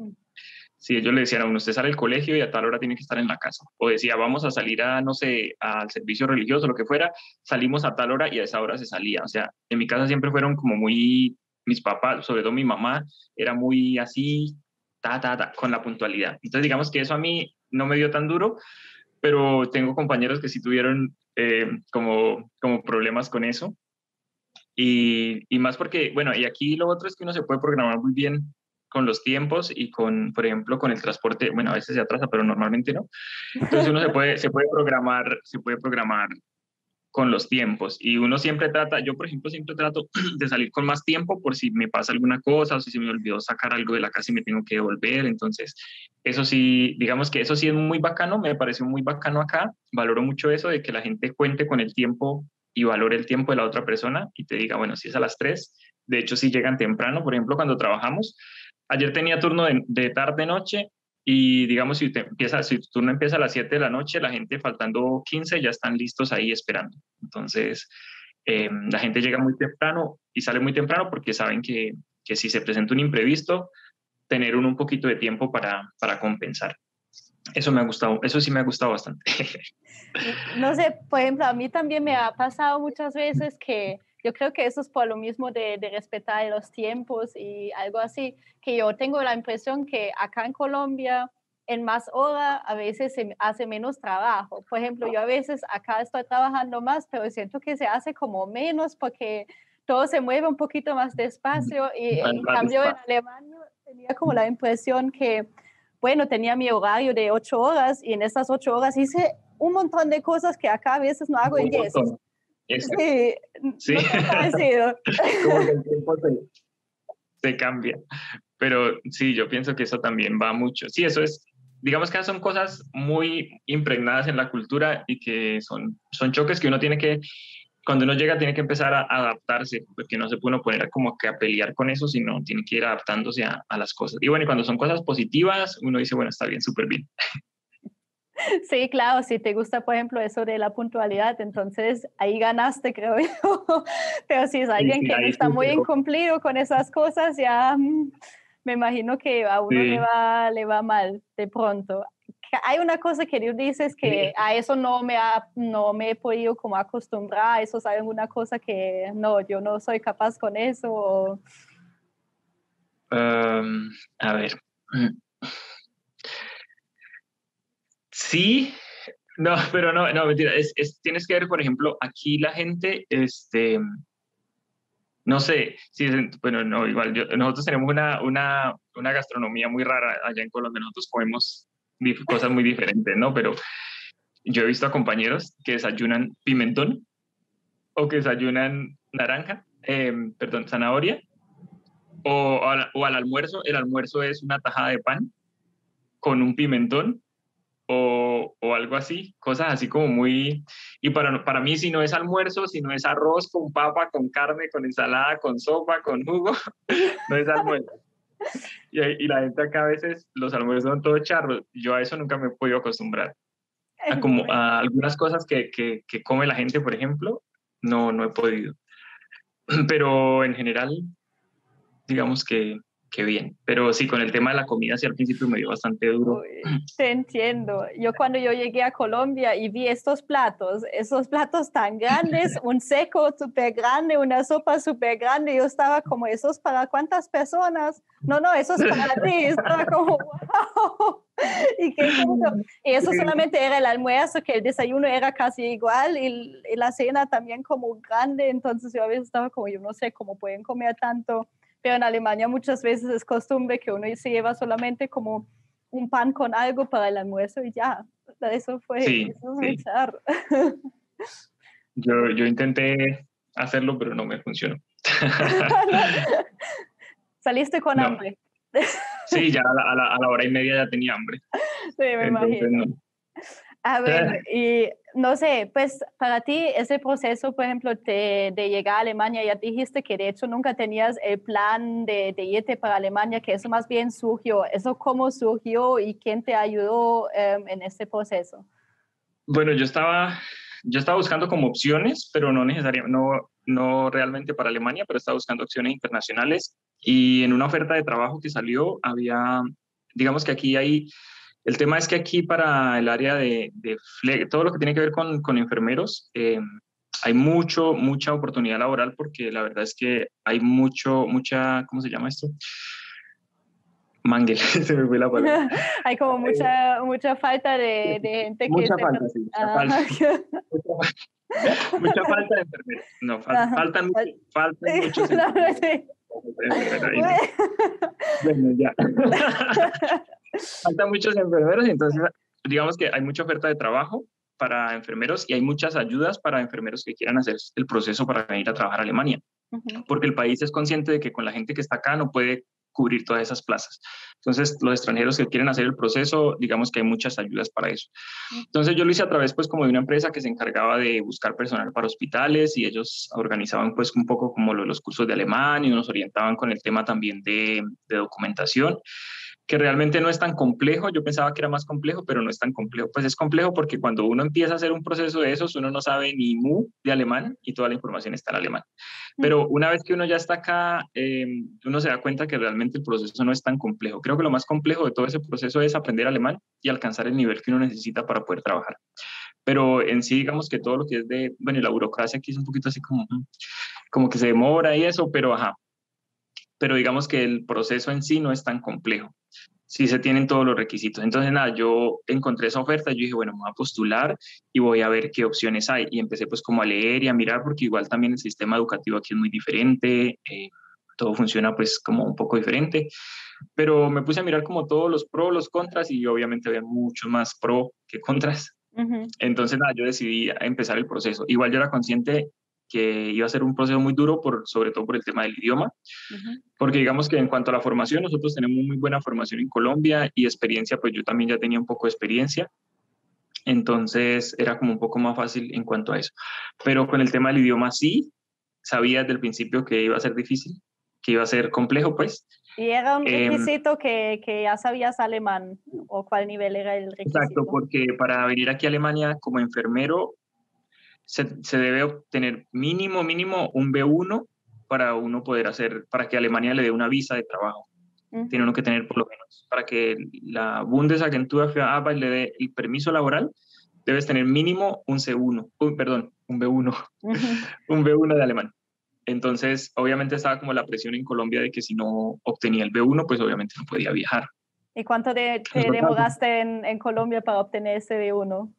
Si ellos le decían a uno, usted sale al colegio y a tal hora tiene que estar en la casa. O decía, vamos a salir a, no sé, al servicio religioso, lo que fuera, salimos a tal hora y a esa hora se salía. O sea, en mi casa siempre fueron como muy, mis papás, sobre todo mi mamá, era muy así, ta, ta, ta, con la puntualidad. Entonces, digamos que eso a mí no me dio tan duro, pero tengo compañeros que sí tuvieron eh, como, como problemas con eso. Y, y más porque, bueno, y aquí lo otro es que uno se puede programar muy bien con los tiempos y con, por ejemplo, con el transporte, bueno, a veces se atrasa, pero normalmente no. Entonces uno se puede, se puede programar, se puede programar con los tiempos y uno siempre trata, yo por ejemplo siempre trato de salir con más tiempo por si me pasa alguna cosa o si se me olvidó sacar algo de la casa y me tengo que devolver. Entonces eso sí, digamos que eso sí es muy bacano, me pareció muy bacano acá, valoro mucho eso de que la gente cuente con el tiempo y valore el tiempo de la otra persona y te diga, bueno, si es a las tres, de hecho si llegan temprano, por ejemplo cuando trabajamos, ayer tenía turno de, de tarde-noche y digamos, si, te empieza, si tu turno empieza a las siete de la noche, la gente faltando quince ya están listos ahí esperando. Entonces, eh, la gente llega muy temprano y sale muy temprano porque saben que, que si se presenta un imprevisto, tener un, un poquito de tiempo para, para compensar. Eso me ha gustado, eso sí me ha gustado bastante. No sé, por ejemplo, a mí también me ha pasado muchas veces que yo creo que eso es por lo mismo de, de respetar los tiempos y algo así, que yo tengo la impresión que acá en Colombia, en más horas, a veces se hace menos trabajo. Por ejemplo, yo a veces acá estoy trabajando más, pero siento que se hace como menos porque todo se mueve un poquito más despacio y en cambio en Alemania tenía como la impresión que, bueno, tenía mi horario de ocho horas y en esas ocho horas hice un montón de cosas que acá a veces no hago en diez. Sí, sí. ¿No te ha parecido? Como que el tiempo se, se cambia. Pero sí, yo pienso que eso también va mucho. Sí, eso es, digamos que son cosas muy impregnadas en la cultura y que son, son choques que uno tiene que, cuando uno llega, tiene que empezar a adaptarse, porque no se puede uno poner como que a pelear con eso, sino tiene que ir adaptándose a, a las cosas. Y bueno, y cuando son cosas positivas, uno dice, bueno, está bien, súper bien. Sí, claro, si te gusta, por ejemplo, eso de la puntualidad, entonces ahí ganaste, creo yo. Pero si es alguien sí, sí, que está muy incumplido con esas cosas, ya mmm, me imagino que a uno sí. le, va, le va mal de pronto. hay una cosa que tú dices que a eso no me, ha, no me he podido como acostumbrar, a eso es alguna cosa que no, yo no soy capaz con eso. O... Um, a ver. Sí, no, pero no, no, mentira. Es, es, tienes que ver, por ejemplo, aquí la gente, este, no sé, si es, bueno, no, igual, yo, nosotros tenemos una, una, una gastronomía muy rara allá en Colombia, nosotros comemos dif- cosas muy diferentes, ¿no? Pero yo he visto a compañeros que desayunan pimentón o que desayunan naranja, eh, perdón, zanahoria, o, al, o al almuerzo, el almuerzo es una tajada de pan con un pimentón o, o algo así, cosas así como muy... Y para, para mí, si no es almuerzo, si no es arroz con papa, con carne, con ensalada, con sopa, con jugo, no es almuerzo. Y, y la gente acá a veces, los almuerzos son todos charros. Yo a eso nunca me he podido acostumbrar. A, como, a algunas cosas que, que, que come la gente, por ejemplo, no, no he podido. Pero en general, digamos que, que bien. Pero sí, con el tema de la comida, sí, al principio me dio bastante duro. Uy, te entiendo. Yo cuando yo llegué a Colombia y vi estos platos, esos platos tan grandes, un seco súper grande, una sopa súper grande, yo estaba como, ¿esos para cuántas personas? No, no, eso es para ti. Estaba como, wow. ¿Y, qué y eso solamente era el almuerzo, que el desayuno era casi igual y, y la cena también como grande. Entonces yo a veces estaba como, yo no sé cómo pueden comer tanto. Pero en Alemania muchas veces es costumbre que uno se lleva solamente como un pan con algo para el almuerzo y ya. Eso fue, Sí, eso sí. echar. Yo, yo intenté hacerlo, pero no me funcionó. Saliste con no. hambre. Sí, ya a la, a, la, a la hora y media ya tenía hambre. Sí, me Entonces, imagino. no. A ver, y no sé, pues para ti ese proceso, por ejemplo, de, de llegar a Alemania, ya dijiste que de hecho nunca tenías el plan de, de irte para Alemania, que eso más bien surgió. ¿Eso cómo surgió y quién te ayudó um, en este proceso? Bueno, yo estaba, yo estaba buscando como opciones, pero no necesariamente, no, no realmente para Alemania, pero estaba buscando opciones internacionales. Y en una oferta de trabajo que salió, había, digamos que aquí hay... El tema es que aquí para el área de, de fle- todo lo que tiene que ver con, con enfermeros, eh, hay mucho, mucha oportunidad laboral porque la verdad es que hay mucho, mucha, ¿cómo se llama esto? Manguel, se me fue la palabra. Hay como mucha, mucha falta de, de gente mucha que falta, se... sí, mucha falta. Mucha falta de enfermeros. No, fal, faltan, mucho, faltan muchos enfermeros. Sí. Bueno, ya. Faltan muchos enfermeros, entonces digamos que hay mucha oferta de trabajo para enfermeros y hay muchas ayudas para enfermeros que quieran hacer el proceso para venir a trabajar a Alemania, uh-huh. porque el país es consciente de que con la gente que está acá no puede cubrir todas esas plazas. Entonces, los extranjeros que quieren hacer el proceso, digamos que hay muchas ayudas para eso. Entonces, yo lo hice a través, pues, como de una empresa que se encargaba de buscar personal para hospitales y ellos organizaban, pues, un poco como los cursos de alemán y nos orientaban con el tema también de, de documentación, que realmente no es tan complejo. Yo pensaba que era más complejo, pero no es tan complejo. Pues es complejo porque cuando uno empieza a hacer un proceso de esos, uno no sabe ni mu de alemán y toda la información está en alemán. Pero una vez que uno ya está acá, eh, uno se da cuenta que realmente el proceso no es tan complejo. Creo que lo más complejo de todo ese proceso es aprender alemán y alcanzar el nivel que uno necesita para poder trabajar. Pero en sí, digamos que todo lo que es de, bueno, y la burocracia aquí es un poquito así como, como que se demora y eso, pero ajá. Pero digamos que el proceso en sí no es tan complejo. Sí se tienen todos los requisitos. Entonces, nada, yo encontré esa oferta, yo dije, bueno, me voy a postular y voy a ver qué opciones hay. Y empecé pues como a leer y a mirar, porque igual también el sistema educativo aquí es muy diferente, eh, todo funciona pues como un poco diferente. Pero me puse a mirar como todos los pros, los contras, y obviamente había mucho más pro que contras. Uh-huh. Entonces, nada, yo decidí empezar el proceso. Igual yo era consciente que iba a ser un proceso muy duro, por, sobre todo por el tema del idioma, uh-huh. porque digamos que en cuanto a la formación, nosotros tenemos muy buena formación en Colombia y experiencia, pues yo también ya tenía un poco de experiencia, entonces era como un poco más fácil en cuanto a eso. Pero con el tema del idioma sí, sabía desde el principio que iba a ser difícil, que iba a ser complejo, pues. ¿Y era un requisito eh, que, que ya sabías alemán? ¿O cuál nivel era el requisito? Exacto, porque para venir aquí a Alemania como enfermero, Se, se debe obtener mínimo, mínimo un B uno para uno poder hacer, para que Alemania le dé una visa de trabajo. Uh-huh. Tiene uno que tener por lo menos, para que la Bundesagentur für Arbeit le dé el permiso laboral, debes tener mínimo un C uno, uh, perdón, un B uno, uh-huh. un B uno de alemán. Entonces, obviamente estaba como la presión en Colombia de que si no obtenía el B uno, pues obviamente no podía viajar. ¿Y cuánto de, te demoraste en, en Colombia para obtener ese B uno?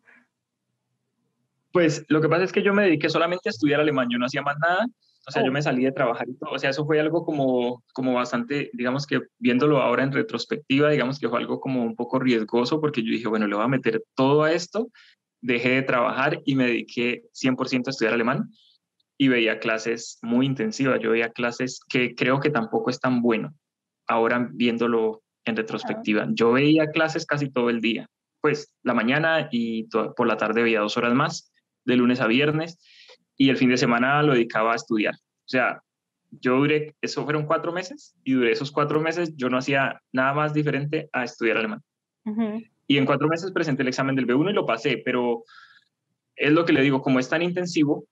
Pues lo que pasa es que yo me dediqué solamente a estudiar alemán, yo no hacía más nada, o sea, oh. yo me salí de trabajar y todo, o sea, eso fue algo como, como bastante, digamos que viéndolo ahora en retrospectiva, digamos que fue algo como un poco riesgoso, porque yo dije, bueno, le voy a meter todo a esto, dejé de trabajar y me dediqué cien por ciento a estudiar alemán, y veía clases muy intensivas, yo veía clases que creo que tampoco es tan bueno, ahora viéndolo en retrospectiva, uh-huh. yo veía clases casi todo el día, pues la mañana y to- por la tarde veía dos horas más, de lunes a viernes, y el fin de semana lo dedicaba a estudiar. O sea, yo duré, eso fueron cuatro meses, y duré esos cuatro meses, yo no hacía nada más diferente a estudiar alemán. Uh-huh. Y en cuatro meses presenté el examen del B uno y lo pasé, pero es lo que le digo, como es tan intensivo,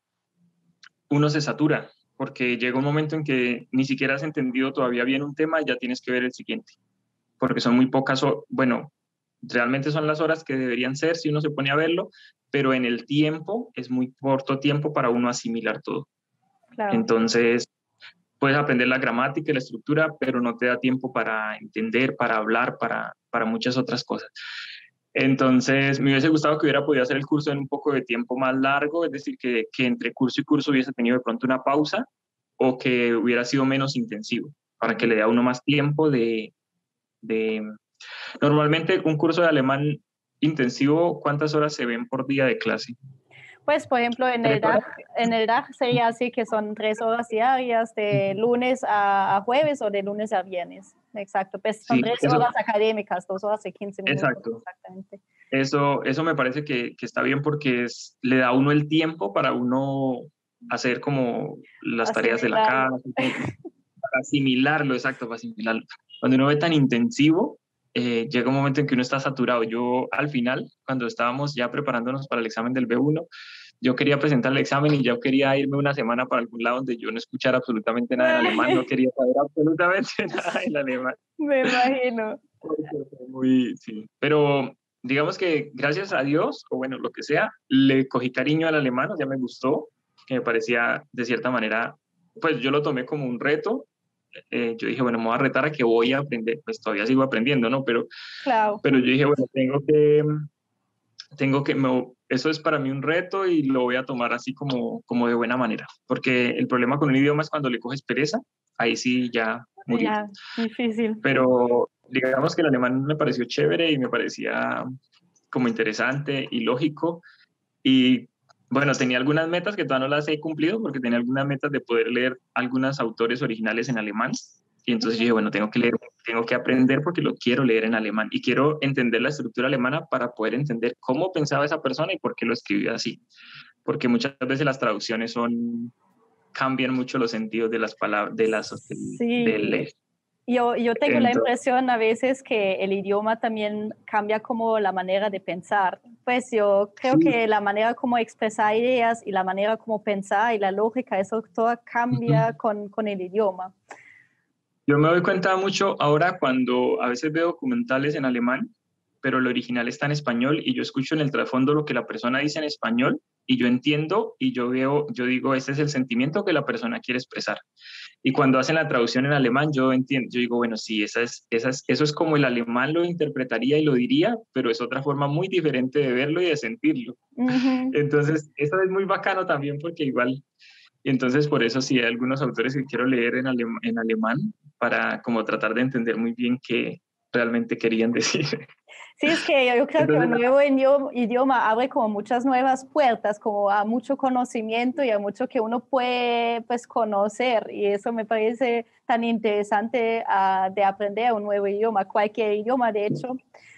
uno se satura, porque llega un momento en que ni siquiera has entendido todavía bien un tema y ya tienes que ver el siguiente, porque son muy pocas, bueno, realmente son las horas que deberían ser si uno se pone a verlo, pero en el tiempo es muy corto tiempo para uno asimilar todo. Claro. Entonces, puedes aprender la gramática y la estructura, pero no te da tiempo para entender, para hablar, para, para muchas otras cosas. Entonces, me hubiese gustado que hubiera podido hacer el curso en un poco de tiempo más largo, es decir, que, que entre curso y curso hubiese tenido de pronto una pausa o que hubiera sido menos intensivo, para que le dé a uno más tiempo de... de Normalmente un curso de alemán intensivo, ¿cuántas horas se ven por día de clase? Pues, por ejemplo, en el D A G, en el D A G sería así que son tres horas diarias de lunes a, a jueves o de lunes a viernes. Exacto, pues son sí, tres eso, horas académicas, dos horas y quince minutos. Exacto. Exactamente. Eso, eso me parece que, que está bien porque es, le da a uno el tiempo para uno hacer como las tareas de la casa, para asimilarlo, exacto, para asimilarlo. Cuando uno ve tan intensivo, eh, llega un momento en que uno está saturado. Yo al final, cuando estábamos ya preparándonos para el examen del B uno, yo quería presentar el examen y yo quería irme una semana para algún lado donde yo no escuchara absolutamente nada en alemán, no quería saber absolutamente nada en alemán. Me imagino. Muy, sí. Pero digamos que gracias a Dios, o bueno, lo que sea, le cogí cariño al alemán, o sea, me gustó, que me parecía de cierta manera, pues yo lo tomé como un reto. Eh, yo dije, bueno, me voy a retar a que voy a aprender, pues todavía sigo aprendiendo, ¿no? Pero, claro. pero yo dije, bueno, tengo que, tengo que, me, eso es para mí un reto y lo voy a tomar así como, como de buena manera, porque el problema con un idioma es cuando le coges pereza, ahí sí ya murió. Ya, difícil. Pero digamos que el alemán me pareció chévere y me parecía como interesante y lógico, y bueno, tenía algunas metas que todavía no las he cumplido porque tenía algunas metas de poder leer algunos autores originales en alemán. Y entonces dije, bueno, tengo que leer, tengo que aprender porque lo quiero leer en alemán y quiero entender la estructura alemana para poder entender cómo pensaba esa persona y por qué lo escribió así. Porque muchas veces las traducciones son, cambian mucho los sentidos de las palabras, de las, sí. del, Yo, yo tengo Entonces, la impresión a veces que el idioma también cambia como la manera de pensar. Pues yo creo sí. que la manera como expresar ideas y la manera como pensar y la lógica, eso todo cambia uh-huh. con, con el idioma. Yo me doy cuenta mucho ahora cuando a veces veo documentales en alemán, pero el original está en español y yo escucho en el trasfondo lo que la persona dice en español y yo entiendo y yo veo, yo digo, ese es el sentimiento que la persona quiere expresar. Y cuando hacen la traducción en alemán, yo entiendo, yo digo, bueno, sí, esa es, esa es, eso es como el alemán lo interpretaría y lo diría, pero es otra forma muy diferente de verlo y de sentirlo. Uh-huh. Entonces, eso es muy bacano también porque igual, y entonces por eso sí hay algunos autores que quiero leer en, alem- en alemán para como tratar de entender muy bien qué realmente querían decir. Sí, es que yo creo Entonces, que un nuevo idioma, idioma abre como muchas nuevas puertas, como a mucho conocimiento y a mucho que uno puede pues conocer, y eso me parece tan interesante uh, de aprender un nuevo idioma. Cualquier idioma, de hecho,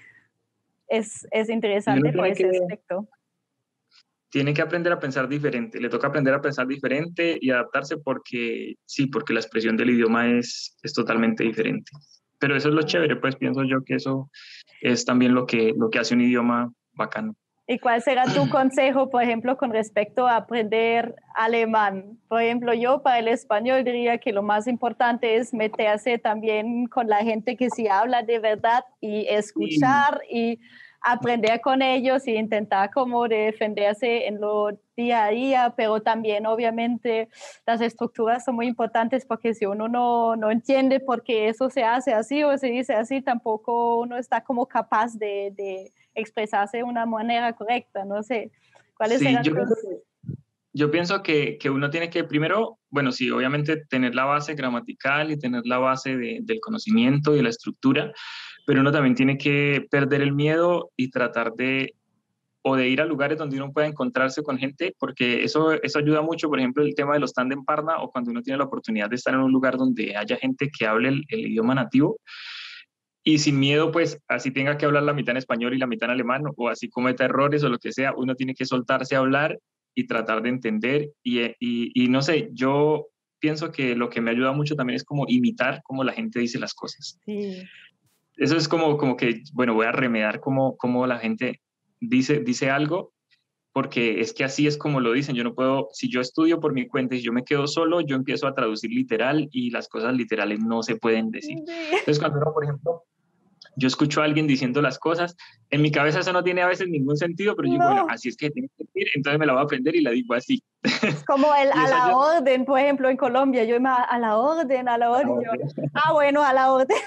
es, es interesante por ese que, aspecto. Tiene que aprender a pensar diferente, le toca aprender a pensar diferente y adaptarse porque, sí, porque la expresión del idioma es, es totalmente diferente. Pero eso es lo chévere, pues pienso yo que eso es también lo que, lo que hace un idioma bacano. ¿Y cuál será tu consejo, por ejemplo, con respecto a aprender alemán? Por ejemplo, yo para el español diría que lo más importante es meterse también con la gente que sí habla de verdad y escuchar sí. y aprender con ellos y intentar como defenderse en lo día a día, pero también obviamente las estructuras son muy importantes porque si uno no, no entiende por qué eso se hace así o se dice así, tampoco uno está como capaz de, de expresarse de una manera correcta, no sé. ¿Cuáles sí, serán yo tus... pienso que, yo pienso que, que uno tiene que primero, bueno, sí, obviamente tener la base gramatical y tener la base de, del conocimiento y de la estructura, pero uno también tiene que perder el miedo y tratar de, o de ir a lugares donde uno pueda encontrarse con gente, porque eso, eso ayuda mucho, por ejemplo, el tema de los tandem partner, o cuando uno tiene la oportunidad de estar en un lugar donde haya gente que hable el, el idioma nativo, y sin miedo, pues, así tenga que hablar la mitad en español y la mitad en alemán, o así cometa errores o lo que sea, uno tiene que soltarse a hablar y tratar de entender, y, y, y no sé, yo pienso que lo que me ayuda mucho también es como imitar cómo la gente dice las cosas. Sí. Eso es como, como que, bueno, voy a remedar cómo, cómo la gente dice, dice algo, porque es que así es como lo dicen. Yo no puedo, si yo estudio por mi cuenta y si yo me quedo solo, yo empiezo a traducir literal y las cosas literales no se pueden decir. Sí. Entonces, cuando uno, por ejemplo, yo escucho a alguien diciendo las cosas, en mi cabeza eso no tiene a veces ningún sentido, pero yo digo, No. bueno, así es que tiene que decir, entonces me la voy a aprender y la digo así. Es como el a la yo... orden, por ejemplo, en Colombia, yo me a la orden, a la orden. A la orden. Yo, ah, bueno, a la orden.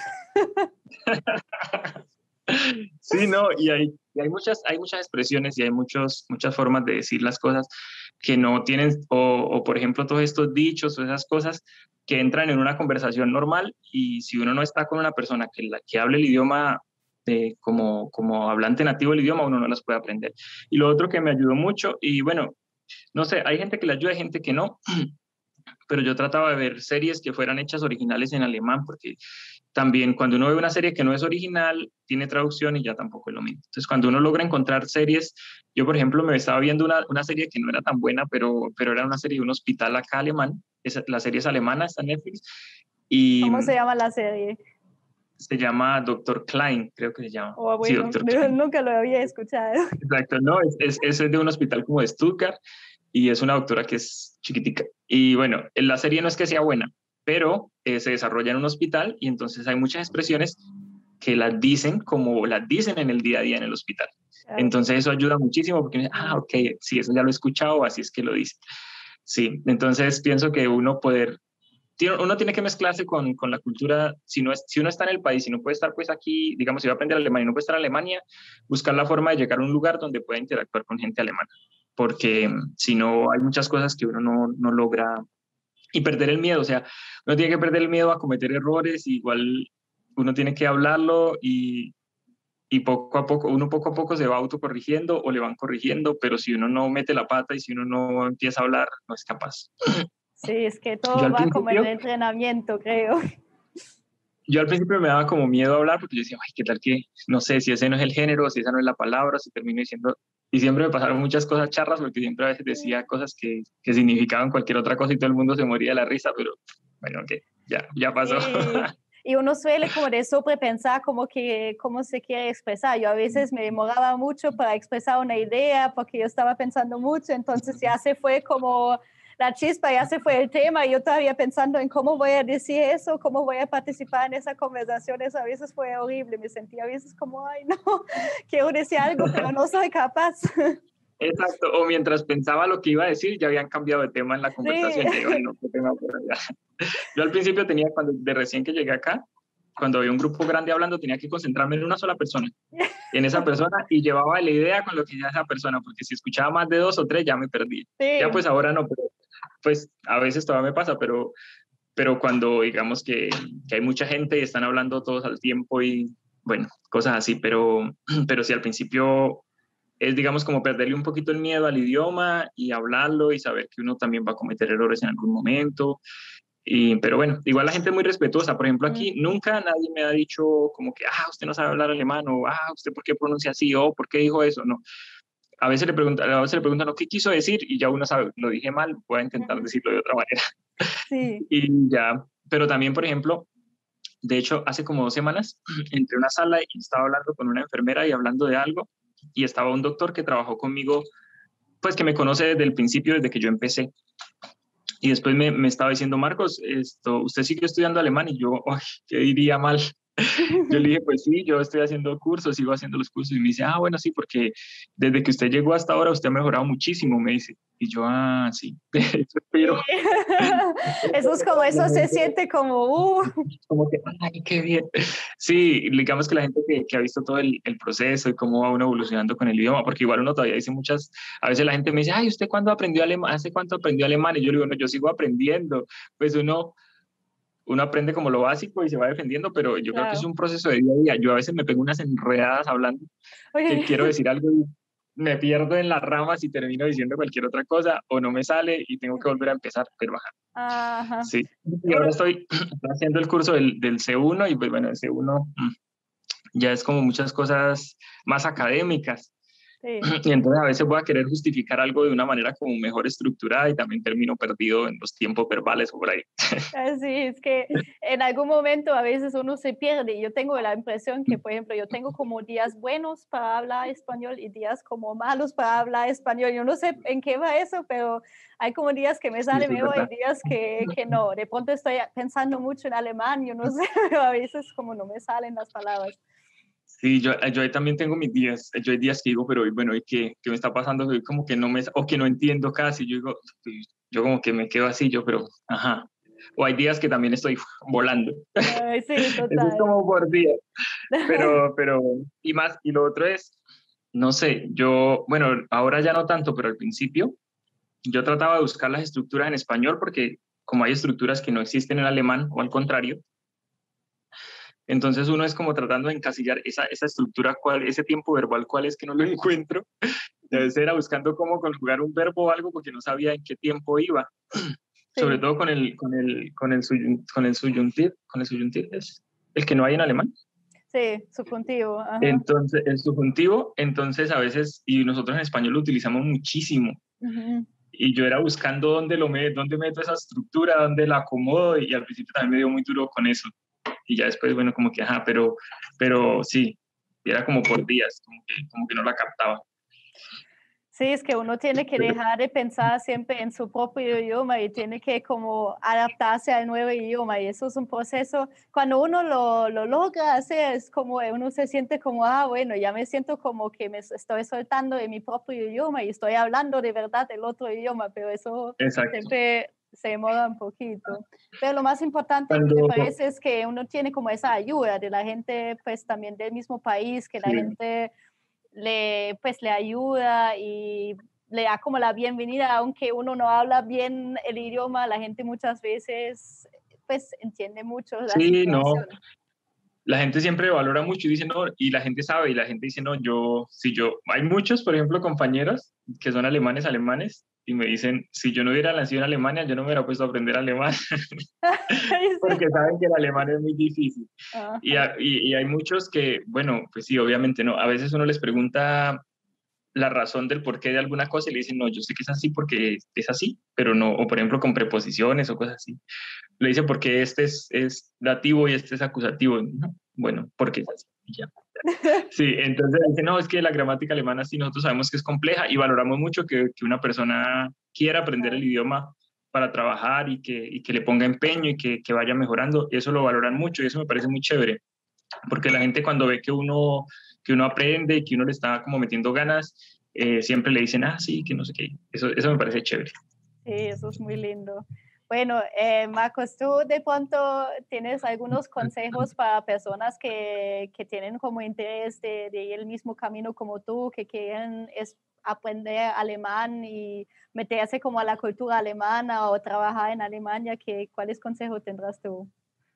Sí, no, y hay, y hay, muchas, hay muchas expresiones y hay muchos, muchas formas de decir las cosas que no tienen, o, o por ejemplo todos estos dichos o esas cosas que entran en una conversación normal, y si uno no está con una persona que, la, que hable el idioma eh, como, como hablante nativo del idioma, uno no las puede aprender. Y lo otro que me ayudó mucho, y bueno, no sé, hay gente que le ayuda, hay gente que no, pero yo trataba de ver series que fueran hechas originales en alemán, porque también cuando uno ve una serie que no es original, tiene traducción y ya tampoco es lo mismo. Entonces, cuando uno logra encontrar series, yo por ejemplo me estaba viendo una, una serie que no era tan buena, pero, pero era una serie de un hospital acá alemán, es, la serie es alemana, está en Netflix. Y ¿cómo se llama la serie? Se llama Doctor Klein, creo que se llama. Oh, bueno, sí, Doctor Klein. Nunca lo había escuchado. Exacto, no, es, es, es de un hospital como de Stuttgart, y es una doctora que es chiquitica. Y bueno, la serie no es que sea buena, pero eh, se desarrolla en un hospital y entonces hay muchas expresiones que las dicen como las dicen en el día a día en el hospital. Okay. Entonces eso ayuda muchísimo porque, ah, ok, sí, eso ya lo he escuchado, así es que lo dice. Sí, entonces pienso que uno poder, uno tiene que mezclarse con, con la cultura, si, no es, si uno está en el país, si no puede estar pues aquí, digamos, si va a aprender alemán y no puede estar en Alemania, buscar la forma de llegar a un lugar donde pueda interactuar con gente alemana, porque si no hay muchas cosas que uno no, no logra, y perder el miedo, o sea, uno tiene que perder el miedo a cometer errores, igual uno tiene que hablarlo y, y poco a poco, uno poco a poco se va autocorrigiendo o le van corrigiendo, pero si uno no mete la pata y si uno no empieza a hablar, no es capaz. Sí, es que todo va como el entrenamiento, creo. Yo al principio me daba como miedo a hablar porque yo decía, ay, ¿qué tal que, no sé, si ese no es el género, si esa no es la palabra, si termino diciendo, y siempre me pasaron muchas cosas charras porque siempre a veces decía cosas que, que significaban cualquier otra cosa y todo el mundo se moría de la risa, pero bueno, que ya, ya pasó. Sí. Y uno suele como de sobrepensar como que cómo se quiere expresar. Yo a veces me demoraba mucho para expresar una idea porque yo estaba pensando mucho, entonces ya se fue como la chispa, ya se fue el tema y yo todavía pensando en cómo voy a decir eso, cómo voy a participar en esa conversación. Eso a veces fue horrible, me sentía a veces como, ay no, quiero decir algo, pero no soy capaz. Exacto, o mientras pensaba lo que iba a decir, ya habían cambiado de tema en la conversación. Sí. Yo, ay, no, ¿qué tema por allá? Yo al principio tenía, cuando de recién que llegué acá, cuando había un grupo grande hablando, tenía que concentrarme en una sola persona, en esa persona, y llevaba la idea con lo que decía esa persona, porque si escuchaba más de dos o tres ya me perdí. Sí. Ya pues ahora no, pero pues a veces todavía me pasa, pero, pero cuando digamos que, que hay mucha gente y están hablando todos al tiempo y bueno, cosas así, pero, pero sí al principio es, digamos, como perderle un poquito el miedo al idioma y hablarlo y saber que uno también va a cometer errores en algún momento. Y, pero bueno, igual la gente es muy respetuosa. Por ejemplo, aquí mm. nunca nadie me ha dicho como que, ah, usted no sabe hablar alemán, o ah, usted por qué pronuncia así, o por qué dijo eso. No. A veces le preguntan, a veces le preguntan, ¿qué quiso decir? Y ya uno sabe, lo dije mal, voy a intentar decirlo de otra manera. Sí. Y ya, pero también, por ejemplo, de hecho, hace como dos semanas entré a una sala y estaba hablando con una enfermera y hablando de algo. y estaba un doctor que trabajó conmigo, pues que me conoce desde el principio, desde que yo empecé. Y después me, me estaba diciendo, Marcos, esto, ¿usted sigue estudiando alemán? Y yo, ay, ¿qué diría mal? Yo le dije, pues sí, yo estoy haciendo cursos, sigo haciendo los cursos. Y me dice, ah, bueno, sí, porque desde que usted llegó hasta ahora, usted ha mejorado muchísimo, me dice. Y yo, ah, sí, eso espero. Sí. Eso es como, eso se siente como, uh. Como que, ay, qué bien. Sí, digamos que la gente que, que ha visto todo el, el proceso y cómo va uno evolucionando con el idioma, porque igual uno todavía dice muchas, a veces la gente me dice, ay, ¿usted cuándo aprendió alemán? ¿Hace cuánto aprendió alemán? Y yo le digo, no, yo sigo aprendiendo. Pues uno, uno aprende como lo básico y se va defendiendo, pero yo Claro. creo que es un proceso de día a día. Yo a veces me pego unas enredadas hablando, Oye. que quiero decir algo y me pierdo en las ramas y termino diciendo cualquier otra cosa, o no me sale y tengo que volver a empezar, pero ajá. Ajá. Sí, y ahora estoy haciendo el curso del, del C uno y pues bueno, el C uno ya es como muchas cosas más académicas. Sí. Y entonces a veces voy a querer justificar algo de una manera como mejor estructurada y también termino perdido en los tiempos verbales o por ahí. Así es que en algún momento a veces uno se pierde. Yo tengo la impresión que, por ejemplo, yo tengo como días buenos para hablar español y días como malos para hablar español. Yo no sé en qué va eso, pero hay como días que me sale Sí, mejor y días que, que no. De pronto estoy pensando mucho en alemán, yo no sé, pero a veces como no me salen las palabras. Sí, yo, yo ahí también tengo mis días, yo hay días que digo, pero bueno, ¿y qué, qué me está pasando? Yo como que no me, o que no entiendo casi, yo digo, yo como que me quedo así, yo, pero, ajá. O hay días que también estoy volando. Ay, sí, total. Eso es como por día. Pero, pero, y más, y lo otro es, no sé, yo, bueno, ahora ya no tanto, pero al principio yo trataba de buscar las estructuras en español porque como hay estructuras que no existen en alemán o al contrario, entonces uno es como tratando de encasillar esa, esa estructura, cuál, ese tiempo verbal, cuál es que no lo encuentro. Debe ser buscando cómo conjugar un verbo o algo porque no sabía en qué tiempo iba. Sí. Sobre todo con el, con el, con el, con el subjuntivo, con el subjuntivo es el que no hay en alemán. Sí, subjuntivo. Ajá. Entonces, el subjuntivo, entonces a veces, y nosotros en español lo utilizamos muchísimo. Uh-huh. Y yo era buscando dónde, lo me, dónde meto esa estructura, dónde la acomodo, y al principio también me dio muy duro con eso. Y ya después, bueno, como que, ajá, pero, pero sí, era como por días, como que, como que no la captaba. Sí, es que uno tiene que dejar de pensar siempre en su propio idioma y tiene que como adaptarse al nuevo idioma y eso es un proceso, cuando uno lo, lo logra hacer es como uno se siente como, ah, bueno, ya me siento como que me estoy soltando de mi propio idioma y estoy hablando de verdad el otro idioma, pero eso Exacto. Siempre se demora un poquito. Pero lo más importante cuando, me parece es que uno tiene como esa ayuda de la gente, pues también del mismo país, que la sí. gente... le, pues, le ayuda y le da como la bienvenida, aunque uno no habla bien el idioma, la gente muchas veces pues entiende mucho la sí, situación. No. La gente siempre valora mucho y dice no, y la gente sabe, y la gente dice no, yo, si yo, hay muchos, por ejemplo, compañeros que son alemanes, alemanes, y me dicen, si yo no hubiera nacido en Alemania, yo no me hubiera puesto a aprender alemán, porque saben que el alemán es muy difícil. Y, y, y hay muchos que, bueno, pues sí, obviamente no, a veces uno les pregunta la razón del porqué de alguna cosa y le dicen, no, yo sé que es así porque es así, pero no, o por ejemplo con preposiciones o cosas así. Le dice porque este es, es dativo y este es acusativo. ¿No? Bueno, porque es así. Ya. Sí, entonces dice, no, es que la gramática alemana sí nosotros sabemos que es compleja y valoramos mucho que, que una persona quiera aprender el idioma para trabajar y que, y que le ponga empeño y que, que vaya mejorando. Eso lo valoran mucho y eso me parece muy chévere, porque la gente cuando ve que uno, que uno aprende y que uno le está como metiendo ganas, eh, siempre le dicen, ah, sí, que no sé qué. Eso, eso me parece chévere. Sí, eso es muy lindo. Bueno, eh, Marcos, ¿tú de pronto tienes algunos consejos para personas que, que tienen como interés de, de ir el mismo camino como tú, que quieren es aprender alemán y meterse como a la cultura alemana o trabajar en Alemania? ¿Qué, ¿Cuáles consejos tendrás tú?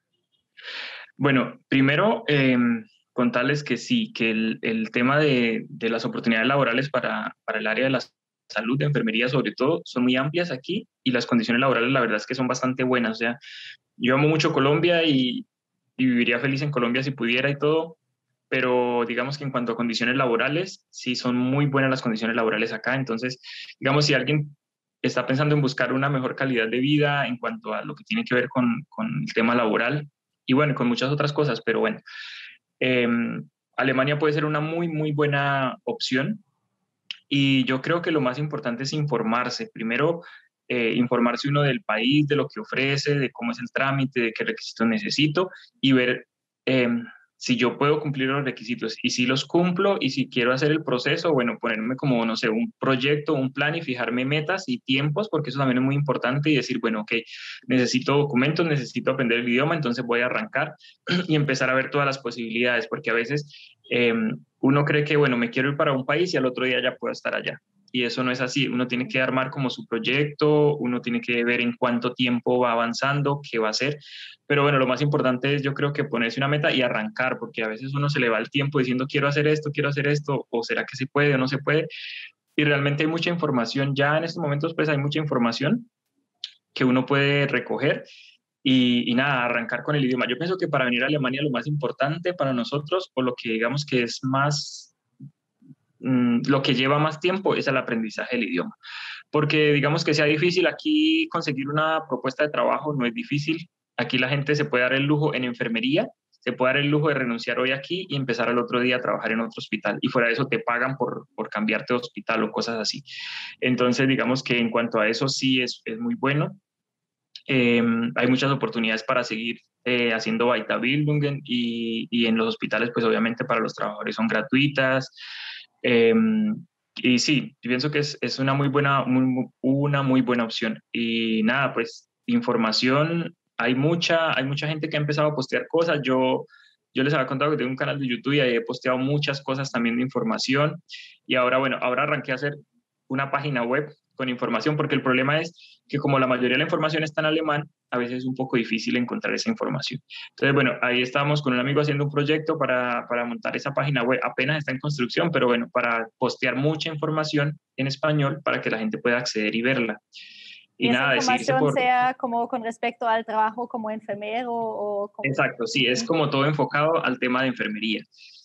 Bueno, primero, eh, contarles que sí, que el, el tema de, de las oportunidades laborales para, para el área de la salud, de enfermería sobre todo, son muy amplias aquí y las condiciones laborales la verdad es que son bastante buenas. O sea, yo amo mucho Colombia y, y viviría feliz en Colombia si pudiera y todo, pero digamos que en cuanto a condiciones laborales, sí son muy buenas las condiciones laborales acá. Entonces, digamos, si alguien está pensando en buscar una mejor calidad de vida en cuanto a lo que tiene que ver con, con el tema laboral, y bueno, con muchas otras cosas, pero bueno, eh, Alemania puede ser una muy, muy buena opción. Y yo creo que lo más importante es informarse. Primero, eh, informarse uno del país, de lo que ofrece, de cómo es el trámite, de qué requisitos necesito y ver eh, si yo puedo cumplir los requisitos y si los cumplo y si quiero hacer el proceso, bueno, ponerme como, no sé, un proyecto, un plan y fijarme metas y tiempos, porque eso también es muy importante y decir, bueno, ok, necesito documentos, necesito aprender el idioma, entonces voy a arrancar y empezar a ver todas las posibilidades, porque a veces eh, uno cree que, bueno, me quiero ir para un país y al otro día ya puedo estar allá. Y eso no es así. Uno tiene que armar como su proyecto, uno tiene que ver en cuánto tiempo va avanzando, qué va a hacer. Pero bueno, lo más importante es yo creo que ponerse una meta y arrancar, porque a veces uno se le va el tiempo diciendo quiero hacer esto, quiero hacer esto, o será que se puede o no se puede. Y realmente hay mucha información. Ya en estos momentos pues hay mucha información que uno puede recoger. Y, y nada, arrancar con el idioma. Yo pienso que para venir a Alemania lo más importante para nosotros, o lo que digamos que es más, mmm, lo que lleva más tiempo es el aprendizaje del idioma. Porque digamos que sea difícil aquí conseguir una propuesta de trabajo, no es difícil. Aquí la gente se puede dar el lujo en enfermería, se puede dar el lujo de renunciar hoy aquí y empezar al otro día a trabajar en otro hospital. Y fuera de eso te pagan por, por cambiarte de hospital o cosas así. Entonces digamos que en cuanto a eso sí es, es muy bueno. Eh, hay muchas oportunidades para seguir eh, haciendo Weiterbildungen y, y en los hospitales, pues obviamente para los trabajadores son gratuitas. Eh, y sí, yo pienso que es, es una, muy buena, muy, una muy buena opción. Y nada, pues información, hay mucha, hay mucha gente que ha empezado a postear cosas. Yo, yo les había contado que tengo un canal de YouTube y ahí he posteado muchas cosas también de información. Y ahora, bueno, ahora arranqué a hacer una página web con información, porque el problema es que como la mayoría de la información está en alemán, a veces es un poco difícil encontrar esa información. Entonces, bueno, ahí estábamos con un amigo haciendo un proyecto para, para montar esa página web, apenas está en construcción, pero bueno, para postear mucha información en español para que la gente pueda acceder y verla. Y, y esa nada, información por... sea como con respecto al trabajo como enfermero o como... Exacto, sí, es como todo enfocado al tema de enfermería.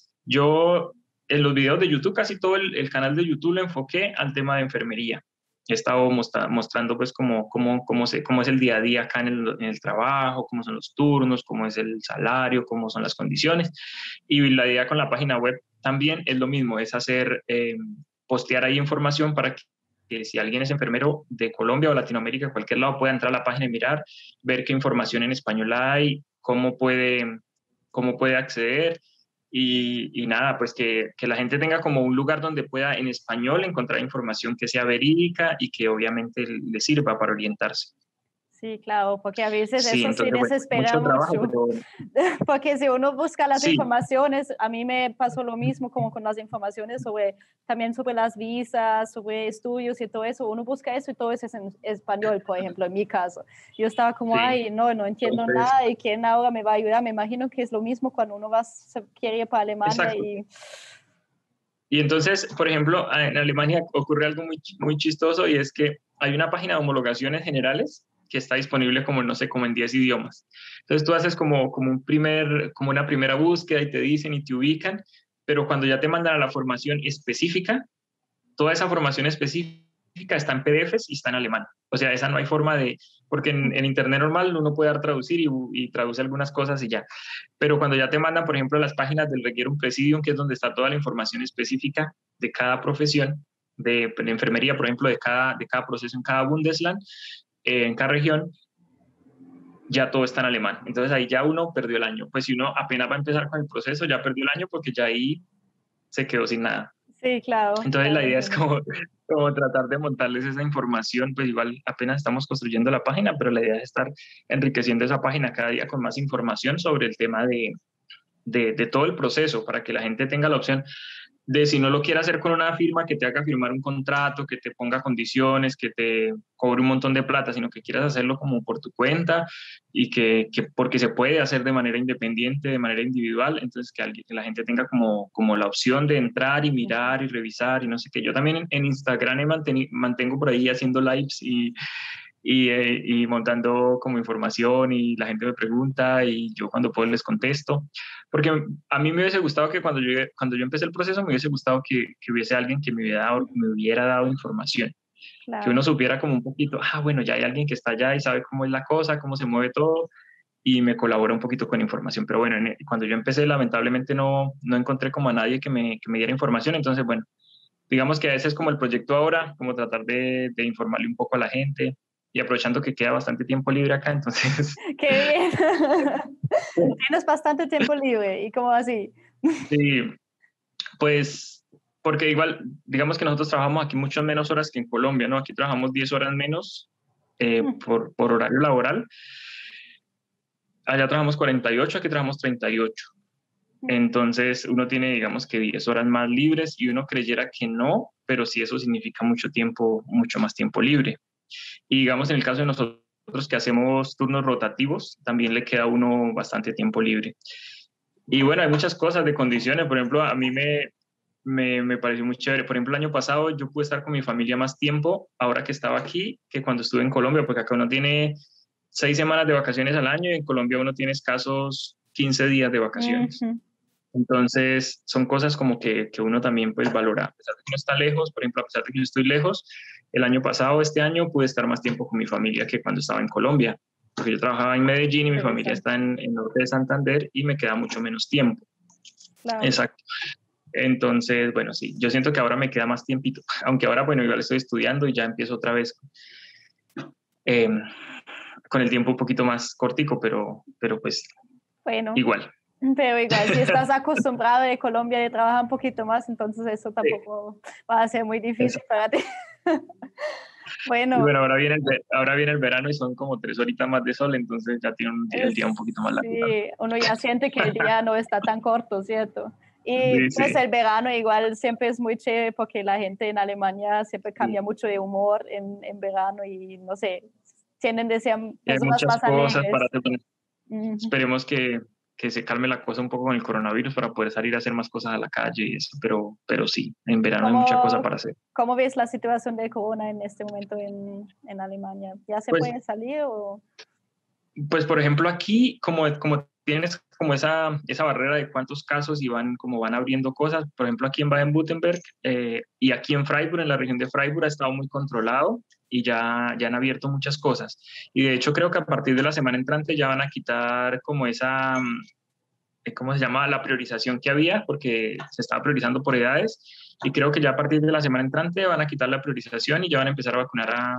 Yo en los videos de YouTube, casi todo el, el canal de YouTube lo enfoqué al tema de enfermería. He estado mostra, mostrando pues cómo, cómo, cómo, se, cómo es el día a día acá en el, en el trabajo, cómo son los turnos, cómo es el salario, cómo son las condiciones. Y la idea con la página web también es lo mismo, es hacer, eh, postear ahí información para que, que si alguien es enfermero de Colombia o Latinoamérica, cualquier lado, pueda entrar a la página y mirar, ver qué información en español hay, cómo puede, cómo puede acceder. Y, y nada, pues que, que la gente tenga como un lugar donde pueda en español encontrar información que sea verídica y que obviamente le sirva para orientarse. Sí, claro, porque a veces sí, eso entonces, sí desespera bueno, mucho. mucho, Trabajo, pero... porque si uno busca las sí. informaciones, a mí me pasó lo mismo como con las informaciones sobre, también sobre las visas, sobre estudios y todo eso, uno busca eso y todo eso es en español, por ejemplo, en mi caso. Yo estaba como, sí. ay, no, no entiendo entonces, nada y quién ahora me va a ayudar, me imagino que es lo mismo cuando uno va, se quiere ir para Alemania. Exacto. y... Y entonces, por ejemplo, en Alemania ocurre algo muy, muy chistoso y es que hay una página de homologaciones generales que está disponible como, no sé, como en diez idiomas. Entonces tú haces como, como, un primer, como una primera búsqueda y te dicen y te ubican, pero cuando ya te mandan a la formación específica, toda esa formación específica está en P D Efes y está en alemán. O sea, esa no hay forma de, porque en, en internet normal uno puede dar traducir y, y traduce algunas cosas y ya. Pero cuando ya te mandan, por ejemplo, las páginas del Regierung Präsidium, que es donde está toda la información específica de cada profesión, de, de enfermería, por ejemplo, de cada, de cada proceso en cada Bundesland, eh, en cada región, ya todo está en alemán. Entonces ahí ya uno perdió el año. Pues si uno apenas va a empezar con el proceso, ya perdió el año porque ya ahí se quedó sin nada. Sí, claro. Entonces claro. la idea es como, como tratar de montarles esa información, pues igual apenas estamos construyendo la página, pero la idea es estar enriqueciendo esa página cada día con más información sobre el tema de, de, de todo el proceso, para que la gente tenga la opción de, si no lo quiere hacer con una firma que te haga firmar un contrato, que te ponga condiciones, que te cobre un montón de plata, sino que quieras hacerlo como por tu cuenta y que, que porque se puede hacer de manera independiente, de manera individual, entonces que, alguien, que la gente tenga como, como la opción de entrar y mirar y revisar y no sé qué. Yo también en, en Instagram me mantení, mantengo por ahí haciendo lives y Y, eh, y montando como información y la gente me pregunta y yo cuando puedo les contesto, porque a mí me hubiese gustado que cuando yo, cuando yo empecé el proceso me hubiese gustado que, que hubiese alguien que me hubiera dado, me hubiera dado información, claro. Que uno supiera como un poquito, ah, bueno, ya hay alguien que está allá y sabe cómo es la cosa, cómo se mueve todo, y me colabora un poquito con información. Pero bueno, en, cuando yo empecé, lamentablemente no, no encontré como a nadie que me, que me diera información. Entonces, bueno, digamos que ese es como el proyecto ahora, como tratar de, de informarle un poco a la gente y aprovechando que queda bastante tiempo libre acá, entonces... ¡Qué bien! Tienes bastante tiempo libre, ¿y cómo así? Sí, pues porque igual, digamos que nosotros trabajamos aquí muchas menos horas que en Colombia, ¿no? Aquí trabajamos diez horas menos eh, mm. por, por horario laboral. Allá trabajamos cuarenta y ocho, aquí trabajamos treinta y ocho. Entonces uno tiene, digamos que diez horas más libres y uno creyera que no, pero sí eso significa mucho tiempo, mucho más tiempo libre. Y digamos en el caso de nosotros que hacemos turnos rotativos, también le queda a uno bastante tiempo libre. Y bueno, hay muchas cosas de condiciones, por ejemplo, a mí me, me, me pareció muy chévere. Por ejemplo, el año pasado yo pude estar con mi familia más tiempo ahora que estaba aquí que cuando estuve en Colombia, porque acá uno tiene seis semanas de vacaciones al año y en Colombia uno tiene escasos quince días de vacaciones. Uh-huh. Entonces, son cosas como que, que uno también pues valora. A pesar de que uno está lejos, por ejemplo, a pesar de que yo estoy lejos, el año pasado, este año, pude estar más tiempo con mi familia que cuando estaba en Colombia. Porque yo trabajaba en Medellín y mi familia está en el norte de Santander y me queda mucho menos tiempo. Claro. Exacto. Entonces, bueno, sí, yo siento que ahora me queda más tiempito. Aunque ahora, bueno, igual estoy estudiando y ya empiezo otra vez eh, con el tiempo un poquito más cortico, pero, pero pues bueno. igual. Pero igual, si estás acostumbrado de Colombia de trabajar un poquito más, entonces eso tampoco sí. va a ser muy difícil eso. Para ti. Bueno. Y bueno, ahora viene, el, ahora viene el verano y son como tres horitas más de sol, entonces ya tiene un, el día un poquito más largo. Sí, uno ya siente que el día no está tan corto, ¿cierto? Y sí, pues sí. El verano igual siempre es muy chévere porque la gente en Alemania siempre cambia sí. mucho de humor en, en verano y no sé, tienen de ser personas hay muchas más cosas alegres. Para tener. Uh-huh. Esperemos que, que se calme la cosa un poco con el coronavirus para poder salir a hacer más cosas a la calle y eso, pero, pero sí, en verano hay mucha cosa para hacer. ¿Cómo ves la situación de corona en este momento en, en Alemania? ¿Ya se pues, puede salir o...? Pues, por ejemplo, aquí, como, como tienes como esa, esa barrera de cuántos casos y van, como van abriendo cosas, por ejemplo, aquí en Baden-Württemberg eh, y aquí en Freiburg, en la región de Freiburg, ha estado muy controlado y ya, ya han abierto muchas cosas. Y de hecho, creo que a partir de la semana entrante ya van a quitar como esa... ¿cómo se llama? La priorización que había, porque se estaba priorizando por edades, y creo que ya a partir de la semana entrante van a quitar la priorización y ya van a empezar a vacunar a,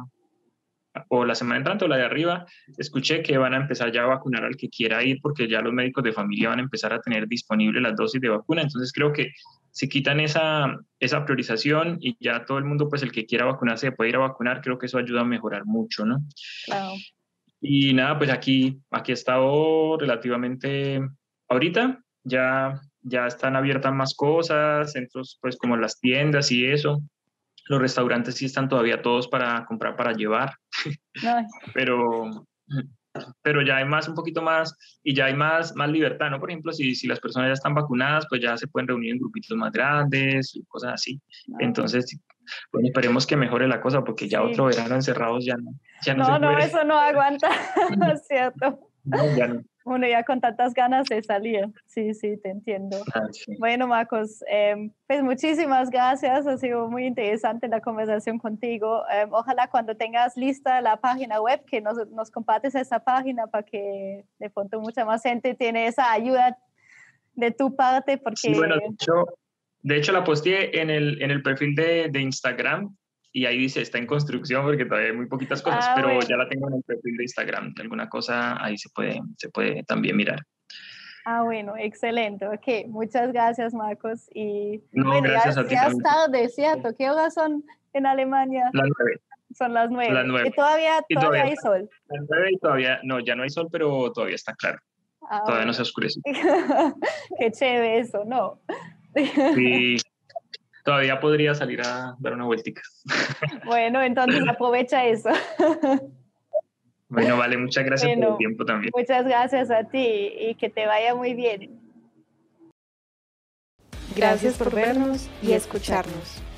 o la semana entrante o la de arriba, escuché que van a empezar ya a vacunar al que quiera ir, porque ya los médicos de familia van a empezar a tener disponible las dosis de vacuna, entonces creo que si quitan esa, esa priorización y ya todo el mundo, pues el que quiera vacunarse puede ir a vacunar, creo que eso ayuda a mejorar mucho, ¿no? Claro. Y nada, pues aquí, aquí he estado relativamente... Ahorita ya, ya están abiertas más cosas, centros pues como las tiendas y eso. Los restaurantes sí están todavía todos para comprar, para llevar. No. pero, pero ya hay más, un poquito más, y ya hay más, más libertad, ¿no? Por ejemplo, si, si las personas ya están vacunadas, pues ya se pueden reunir en grupitos más grandes y cosas así. No. Entonces, bueno, esperemos que mejore la cosa, porque ya sí. Otro verano encerrados ya no, ya no, no se puede. No, eso no aguanta, es cierto. No, ya no. Uno ya con tantas ganas de salir. Sí, sí, te entiendo. Ah, sí. Bueno, Marcos, eh, pues muchísimas gracias. Ha sido muy interesante la conversación contigo. Eh, ojalá cuando tengas lista la página web, que nos, nos compartes esa página para que de pronto mucha más gente tiene esa ayuda de tu parte. Porque... Sí, bueno, de hecho, de hecho la posteé en el, en el perfil de, de Instagram. Y ahí dice, está en construcción porque todavía hay muy poquitas cosas, ah, pero bueno. Ya la tengo en el perfil de Instagram. Alguna cosa ahí se puede, se puede también mirar. Ah, bueno, excelente. Ok, muchas gracias, Marcos. Y no, bueno, gracias ya, a ti. Ya es tarde, ¿cierto? ¿Qué horas son en Alemania? Las nueve. Son las nueve. Las nueve. ¿Y todavía, y todavía, todavía hay sol? Las nueve y todavía, no, ya no hay sol, pero todavía está claro. Ah, todavía bueno. No se oscurece. Qué chévere eso, ¿no? Sí. Todavía podría salir a dar una vueltica. Bueno, entonces aprovecha eso. Bueno, vale, muchas gracias bueno, por el tiempo también. Muchas gracias a ti y que te vaya muy bien. Gracias por vernos y escucharnos.